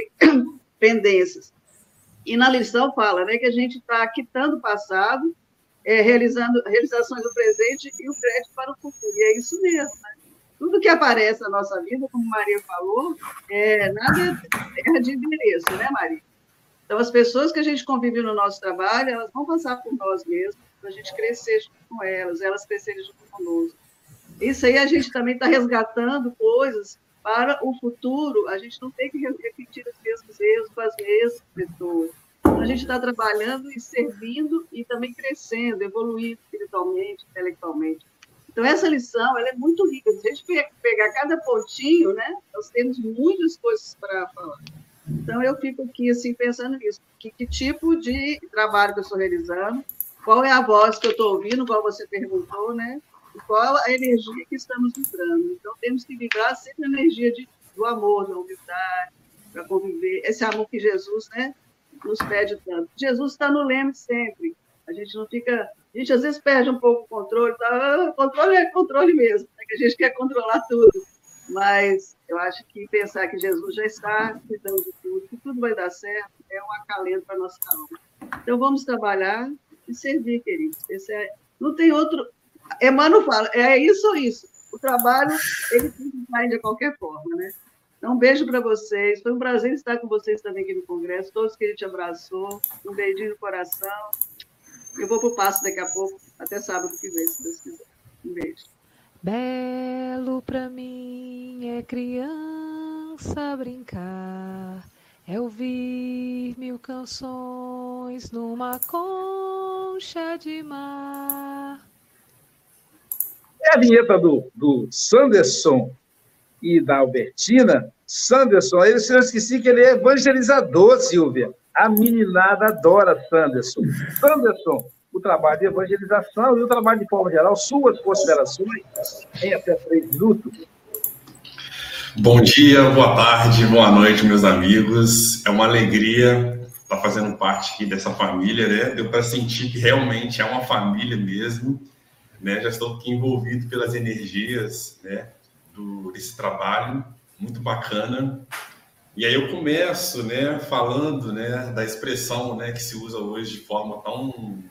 [SPEAKER 13] pendências. E na lição fala, né, que a gente está quitando o passado, é, realizando realizações do presente e o crédito para o futuro. E é isso mesmo, né? Tudo que aparece na nossa vida, como Maria falou, é, nada é terra de endereço, né, Maria? Então, as pessoas que a gente convive no nosso trabalho, elas vão passar por nós mesmos, para a gente crescer junto com elas, elas crescerem junto conosco. Isso aí a gente também está resgatando coisas para o futuro, a gente não tem que repetir os mesmos erros com as mesmas pessoas. Então, a gente está trabalhando e servindo e também crescendo, evoluindo espiritualmente, intelectualmente. Então, essa lição ela é muito rica. Se a gente pegar cada pontinho, né, nós temos muitas coisas para falar. Então, eu fico aqui assim, pensando nisso. Que, que tipo de trabalho que eu estou realizando? Qual é a voz que eu estou ouvindo? Qual você perguntou, né? E qual a energia que estamos vibrando? Então, temos que vibrar sempre a energia de, do amor, da humildade, para conviver. Esse amor que Jesus, né, nos pede tanto. Jesus está no leme sempre. A gente não fica A gente às vezes perde um pouco o controle, tá? Controle é controle mesmo, né? Que a gente quer controlar tudo. Mas eu acho que pensar que Jesus já está cuidando de tudo, que tudo vai dar certo, é um acalento para a nossa alma. Então vamos trabalhar e servir, queridos. Esse é... Não tem outro... Emmanuel fala, é isso ou isso. O trabalho, ele sai de qualquer forma, né? Então, um beijo para vocês. Foi um prazer estar com vocês também aqui no Congresso. Todos que a gente abraçou. Um beijinho no coração. Eu vou para o passo daqui a pouco, até sábado que vem, se Deus quiser. Um beijo.
[SPEAKER 10] Belo pra mim é criança brincar, é ouvir mil canções numa concha de mar.
[SPEAKER 6] É a vinheta do, do Sanderson e da Albertina. Sanderson, eu, eu esqueci que ele é evangelizador, Silvia. A meninada adora Sanderson. Sanderson, o trabalho de evangelização e o trabalho de forma geral, suas considerações em até três minutos.
[SPEAKER 14] Bom dia, boa tarde, boa noite, meus amigos. É uma alegria estar fazendo parte aqui dessa família, né? Deu para sentir que realmente é uma família mesmo, né? Já estou aqui envolvido pelas energias, né, do, desse trabalho, muito bacana. E aí eu começo, né, falando, né, da expressão, né, que se usa hoje de forma tão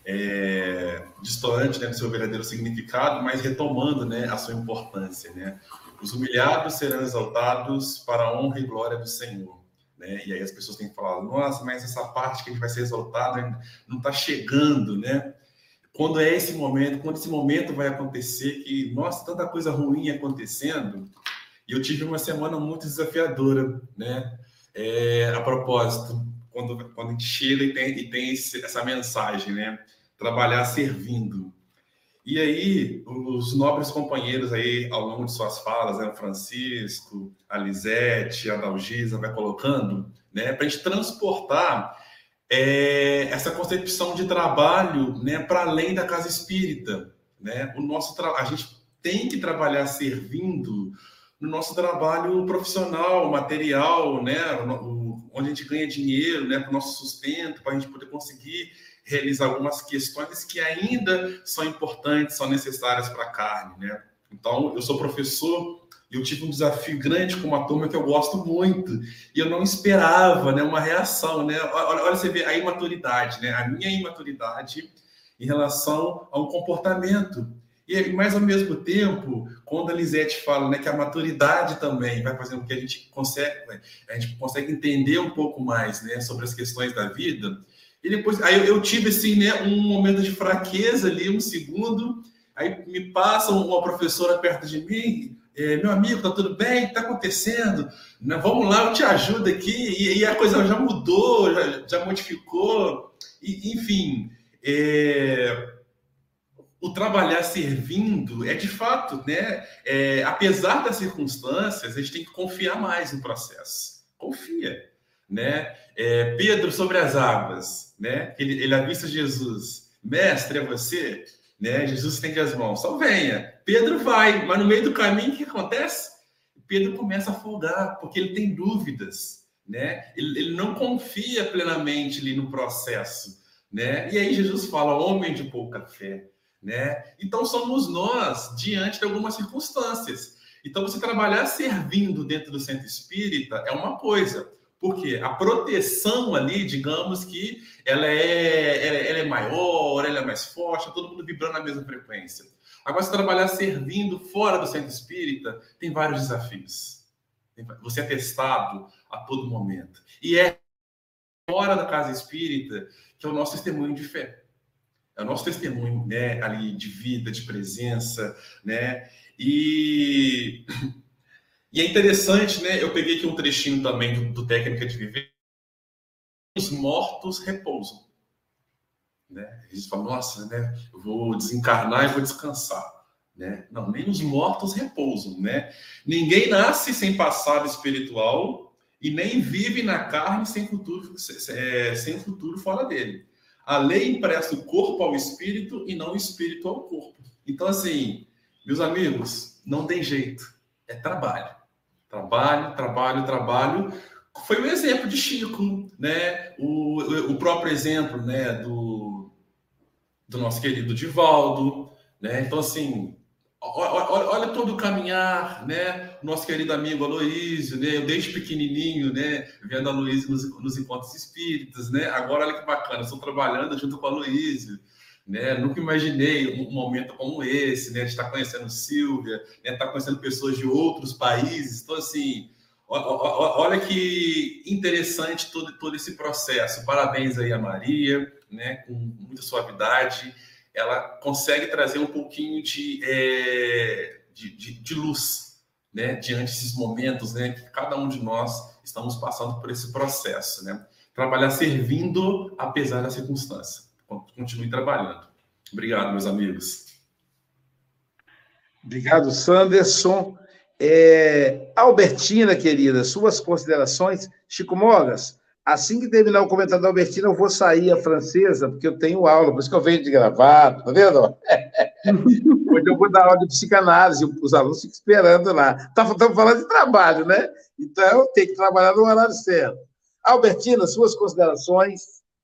[SPEAKER 14] é, distante, né, do seu verdadeiro significado, mas retomando, né, a sua importância, né? Os humilhados serão exaltados para a honra e glória do Senhor, né? E aí as pessoas têm que falar, nossa, mas essa parte que a gente vai ser exaltado não está chegando, né? Quando é esse momento, quando esse momento vai acontecer, que, nossa, tanta coisa ruim acontecendo. E eu tive uma semana muito desafiadora, né? É, a propósito, quando, quando a gente chega e tem, e tem esse, essa mensagem, né? Trabalhar servindo. E aí, os nobres companheiros aí, ao longo de suas falas, né? O Francisco, a Lisete, a Dalgisa, vai colocando, né? Para a gente transportar é, essa concepção de trabalho, né? Para além da casa espírita, né? O nosso tra... A gente tem que trabalhar servindo no nosso trabalho profissional, material, né? O, onde a gente ganha dinheiro, né? Para o nosso sustento, para a gente poder conseguir realizar algumas questões que ainda são importantes, são necessárias para a carne, né? Então, eu sou professor e eu tive um desafio grande com uma turma que eu gosto muito e eu não esperava, né, uma reação, né? Olha, olha, você vê a imaturidade, né? A minha imaturidade em relação a um comportamento. E, mas, ao mesmo tempo, quando a Lisete fala, né, que a maturidade também vai fazer com que a gente consegue, a gente consegue entender um pouco mais, né, sobre as questões da vida. E depois, aí eu, eu tive assim, né, um momento de fraqueza ali, um segundo, aí me passa uma professora perto de mim, é, meu amigo, tá tudo bem? O que tá acontecendo? Né, vamos lá, eu te ajudo aqui, e, e a coisa já mudou, já, já modificou, e, enfim, é, o trabalhar servindo é de fato, né, é, apesar das circunstâncias, a gente tem que confiar mais no processo, confia, né? É, Pedro sobre as águas, né? Ele, ele avista Jesus, mestre, é você, né? Jesus estende as mãos, só venha. Pedro vai, mas no meio do caminho o que acontece? Pedro começa a afogar, porque ele tem dúvidas, né? Ele, ele não confia plenamente ali no processo, né? E aí Jesus fala, homem de pouca fé, né? Então somos nós diante de algumas circunstâncias. Então você trabalhar servindo dentro do centro espírita é uma coisa. Porque a proteção ali, digamos que ela é, ela, ela é maior, ela é mais forte, todo mundo vibrando na mesma frequência. Agora, se trabalhar servindo fora do centro espírita, tem vários desafios. Você é testado a todo momento. E é fora da casa espírita que é o nosso testemunho de fé. É o nosso testemunho, né, ali de vida, de presença, né? E... E é interessante, né? Eu peguei aqui um trechinho também do, do Técnica de Viver. Os mortos repousam, né? Eles falam, nossa, né? Eu vou desencarnar e vou descansar, né? Não, nem os mortos repousam, né? Ninguém nasce sem passado espiritual e nem vive na carne sem futuro, sem futuro fora dele. A lei empresta o corpo ao espírito e não o espírito ao corpo. Então, assim, meus amigos, não tem jeito. É trabalho. Trabalho, trabalho, trabalho. Foi o exemplo de Chico, né? O, o próprio exemplo, né, do, do nosso querido Divaldo, né? Então, assim, olha, olha todo o caminhar, né? Nosso querido amigo Aloísio, né? Eu desde pequenininho, né? Vendo a Aloísio nos, nos encontros espíritas, né? Agora, olha que bacana, estou trabalhando junto com a Aloísio, né? Nunca imaginei um momento como esse, né? De estar conhecendo Silvia, né? Estar conhecendo pessoas de outros países. Então, assim, olha que interessante todo, todo esse processo. Parabéns aí a Maria, né? Com muita suavidade. Ela consegue trazer um pouquinho de, é, de, de, de luz, né, diante desses momentos, né, que cada um de nós estamos passando por esse processo, né? Trabalhar servindo apesar da circunstância. Continue trabalhando. Obrigado, meus amigos.
[SPEAKER 6] Obrigado, Sanderson. É, Albertina, querida, suas considerações. Chico Mogas, assim que terminar o comentário da Albertina, eu vou sair a francesa, porque eu tenho aula, por isso que eu venho de gravado, tá vendo? Hoje eu vou dar aula de psicanálise, os alunos ficam esperando lá. Estamos falando de trabalho, né? Então, tem que trabalhar no horário certo. Albertina, suas considerações.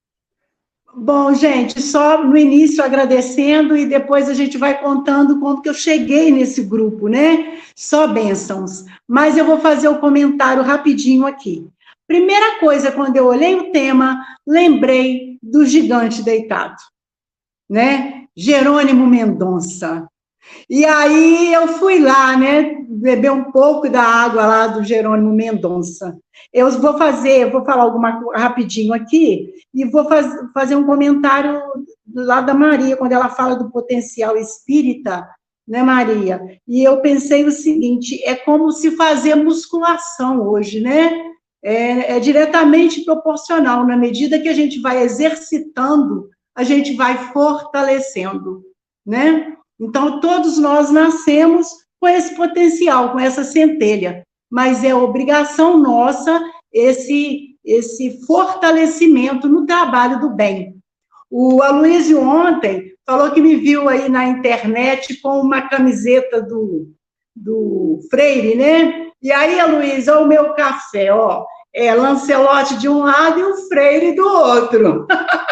[SPEAKER 15] Bom, gente, só no início agradecendo e depois a gente vai contando como que eu cheguei nesse grupo, né? Só bênçãos. Mas eu vou fazer o comentário rapidinho aqui. Primeira coisa, quando eu olhei o tema, lembrei do gigante deitado, né? Jerônimo Mendonça. E aí eu fui lá, né, beber um pouco da água lá do Jerônimo Mendonça. Eu vou fazer, vou falar alguma rapidinho aqui e vou faz, fazer um comentário lá da Maria, quando ela fala do potencial espírita, né, Maria? E eu pensei o seguinte, é como se fazer musculação hoje, né? É, é diretamente proporcional, na medida que a gente vai exercitando, a gente vai fortalecendo, né? Então, todos nós nascemos com esse potencial, com essa centelha, mas é obrigação nossa esse, esse fortalecimento no trabalho do bem. O Aloísio ontem falou que me viu aí na internet com uma camiseta do, do Freire, né? E aí, Aloísio, olha o meu café, ó, é Lancelotti de um lado e o Freire do outro.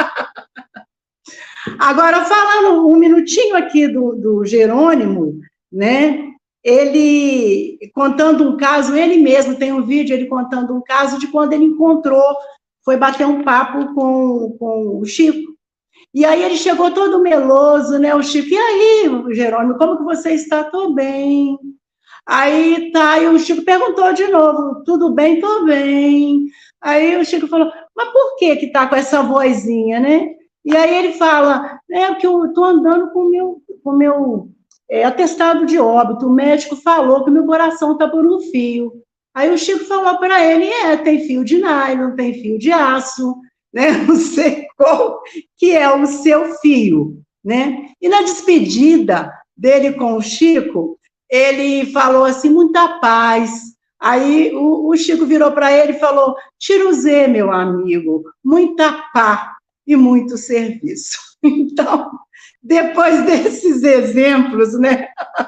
[SPEAKER 15] Agora, falando um minutinho aqui do, do Jerônimo, né? Ele contando um caso, ele mesmo tem um vídeo, ele contando um caso de quando ele encontrou, foi bater um papo com, com o Chico. E aí ele chegou todo meloso, né? O Chico, e aí, Jerônimo, como que você está? Tô bem. Aí tá, e o Chico perguntou de novo, tudo bem? Tô bem. Aí o Chico falou, mas por que que tá com essa vozinha, né? E aí ele fala, é porque eu tô andando com o meu, com meu é, atestado de óbito, o médico falou que meu coração tá por um fio. Aí o Chico falou para ele, é, tem fio de nylon, tem fio de aço, né? Não sei qual que é o seu fio, né? E na despedida dele com o Chico, ele falou assim, muita paz. Aí o, o Chico virou para ele e falou, tira o Z, meu amigo, muita paz e muito serviço. Então, depois desses exemplos, né?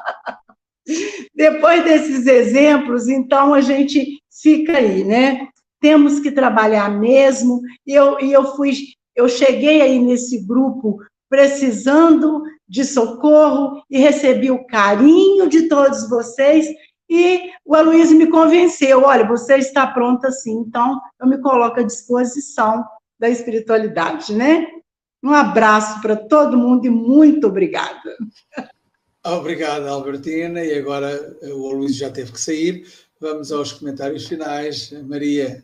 [SPEAKER 15] Depois desses exemplos, então, a gente fica aí, né? Temos que trabalhar mesmo, e eu, e eu fui, eu cheguei aí nesse grupo precisando de socorro e recebi o carinho de todos vocês, e o Aloísio me convenceu, olha, você está pronta sim, então eu me coloco à disposição da espiritualidade, né? Um abraço para todo mundo e muito obrigada.
[SPEAKER 8] Obrigado, Albertina, e agora o Aloísio já teve que sair, vamos aos comentários finais. Maria.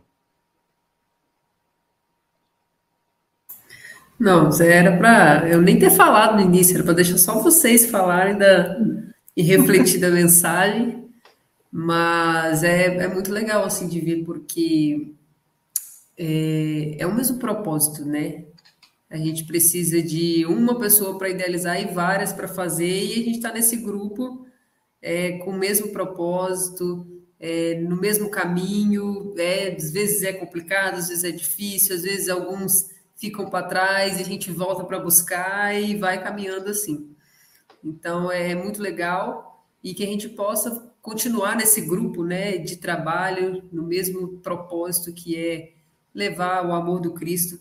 [SPEAKER 7] Não, era para eu nem ter falado no início, era para deixar só vocês falarem da, e refletir da mensagem, mas é, é muito legal assim de ver, porque é, é o mesmo propósito, né? A gente precisa de uma pessoa para idealizar e várias para fazer, e a gente está nesse grupo é, com o mesmo propósito, é, no mesmo caminho, é, às vezes é complicado, às vezes é difícil, às vezes alguns ficam para trás e a gente volta para buscar e vai caminhando assim. Então, é muito legal e que a gente possa continuar nesse grupo, né, de trabalho, no mesmo propósito que é levar o amor do Cristo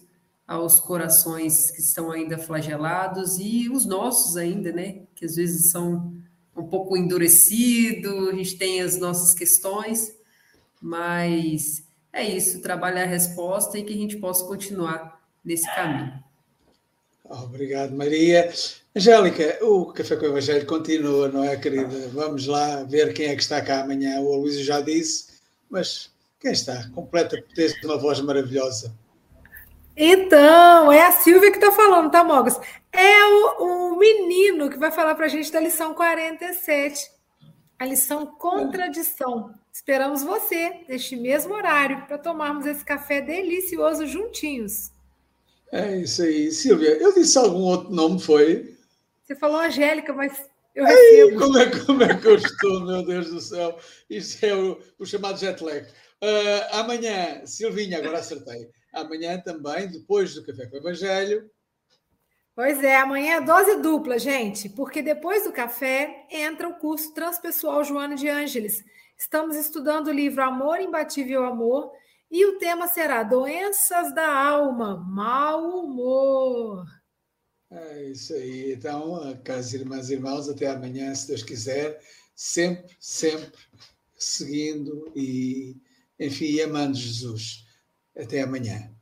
[SPEAKER 7] aos corações que estão ainda flagelados e os nossos ainda, né? Que às vezes são um pouco endurecidos, a gente tem as nossas questões, mas é isso, trabalhar a resposta e que a gente possa continuar nesse caminho.
[SPEAKER 8] Obrigado, Maria. Angélica, o Café com o Evangelho continua, não é, querida? Vamos lá ver quem é que está cá amanhã. O Aloysio já disse, mas quem está? Completa potência, uma voz maravilhosa.
[SPEAKER 10] Então, é a Silvia que está falando, tá, Mogas? É o, o menino que vai falar para a gente da lição quarenta e sete, a lição Contradição. Esperamos você, neste mesmo horário, para tomarmos esse café delicioso juntinhos.
[SPEAKER 8] É isso aí. Silvia, eu disse algum outro nome, foi?
[SPEAKER 10] Você falou Angélica, mas eu recebo.
[SPEAKER 8] Ei, como, é, como é que eu estou, meu Deus do céu? Isso é o, o chamado jet lag. Uh, amanhã, Silvinha, agora acertei. Amanhã também, depois do Café com o Evangelho.
[SPEAKER 10] Pois é, amanhã é dose dupla, gente, porque depois do café entra o curso Transpessoal Joana de Ângeles. Estamos estudando o livro Amor, Imbatível Amor, e o tema será Doenças da Alma, Mau Humor.
[SPEAKER 8] É isso aí. Então, caros irmãs e irmãos, até amanhã, se Deus quiser, sempre, sempre seguindo e, enfim, amando Jesus. Até amanhã.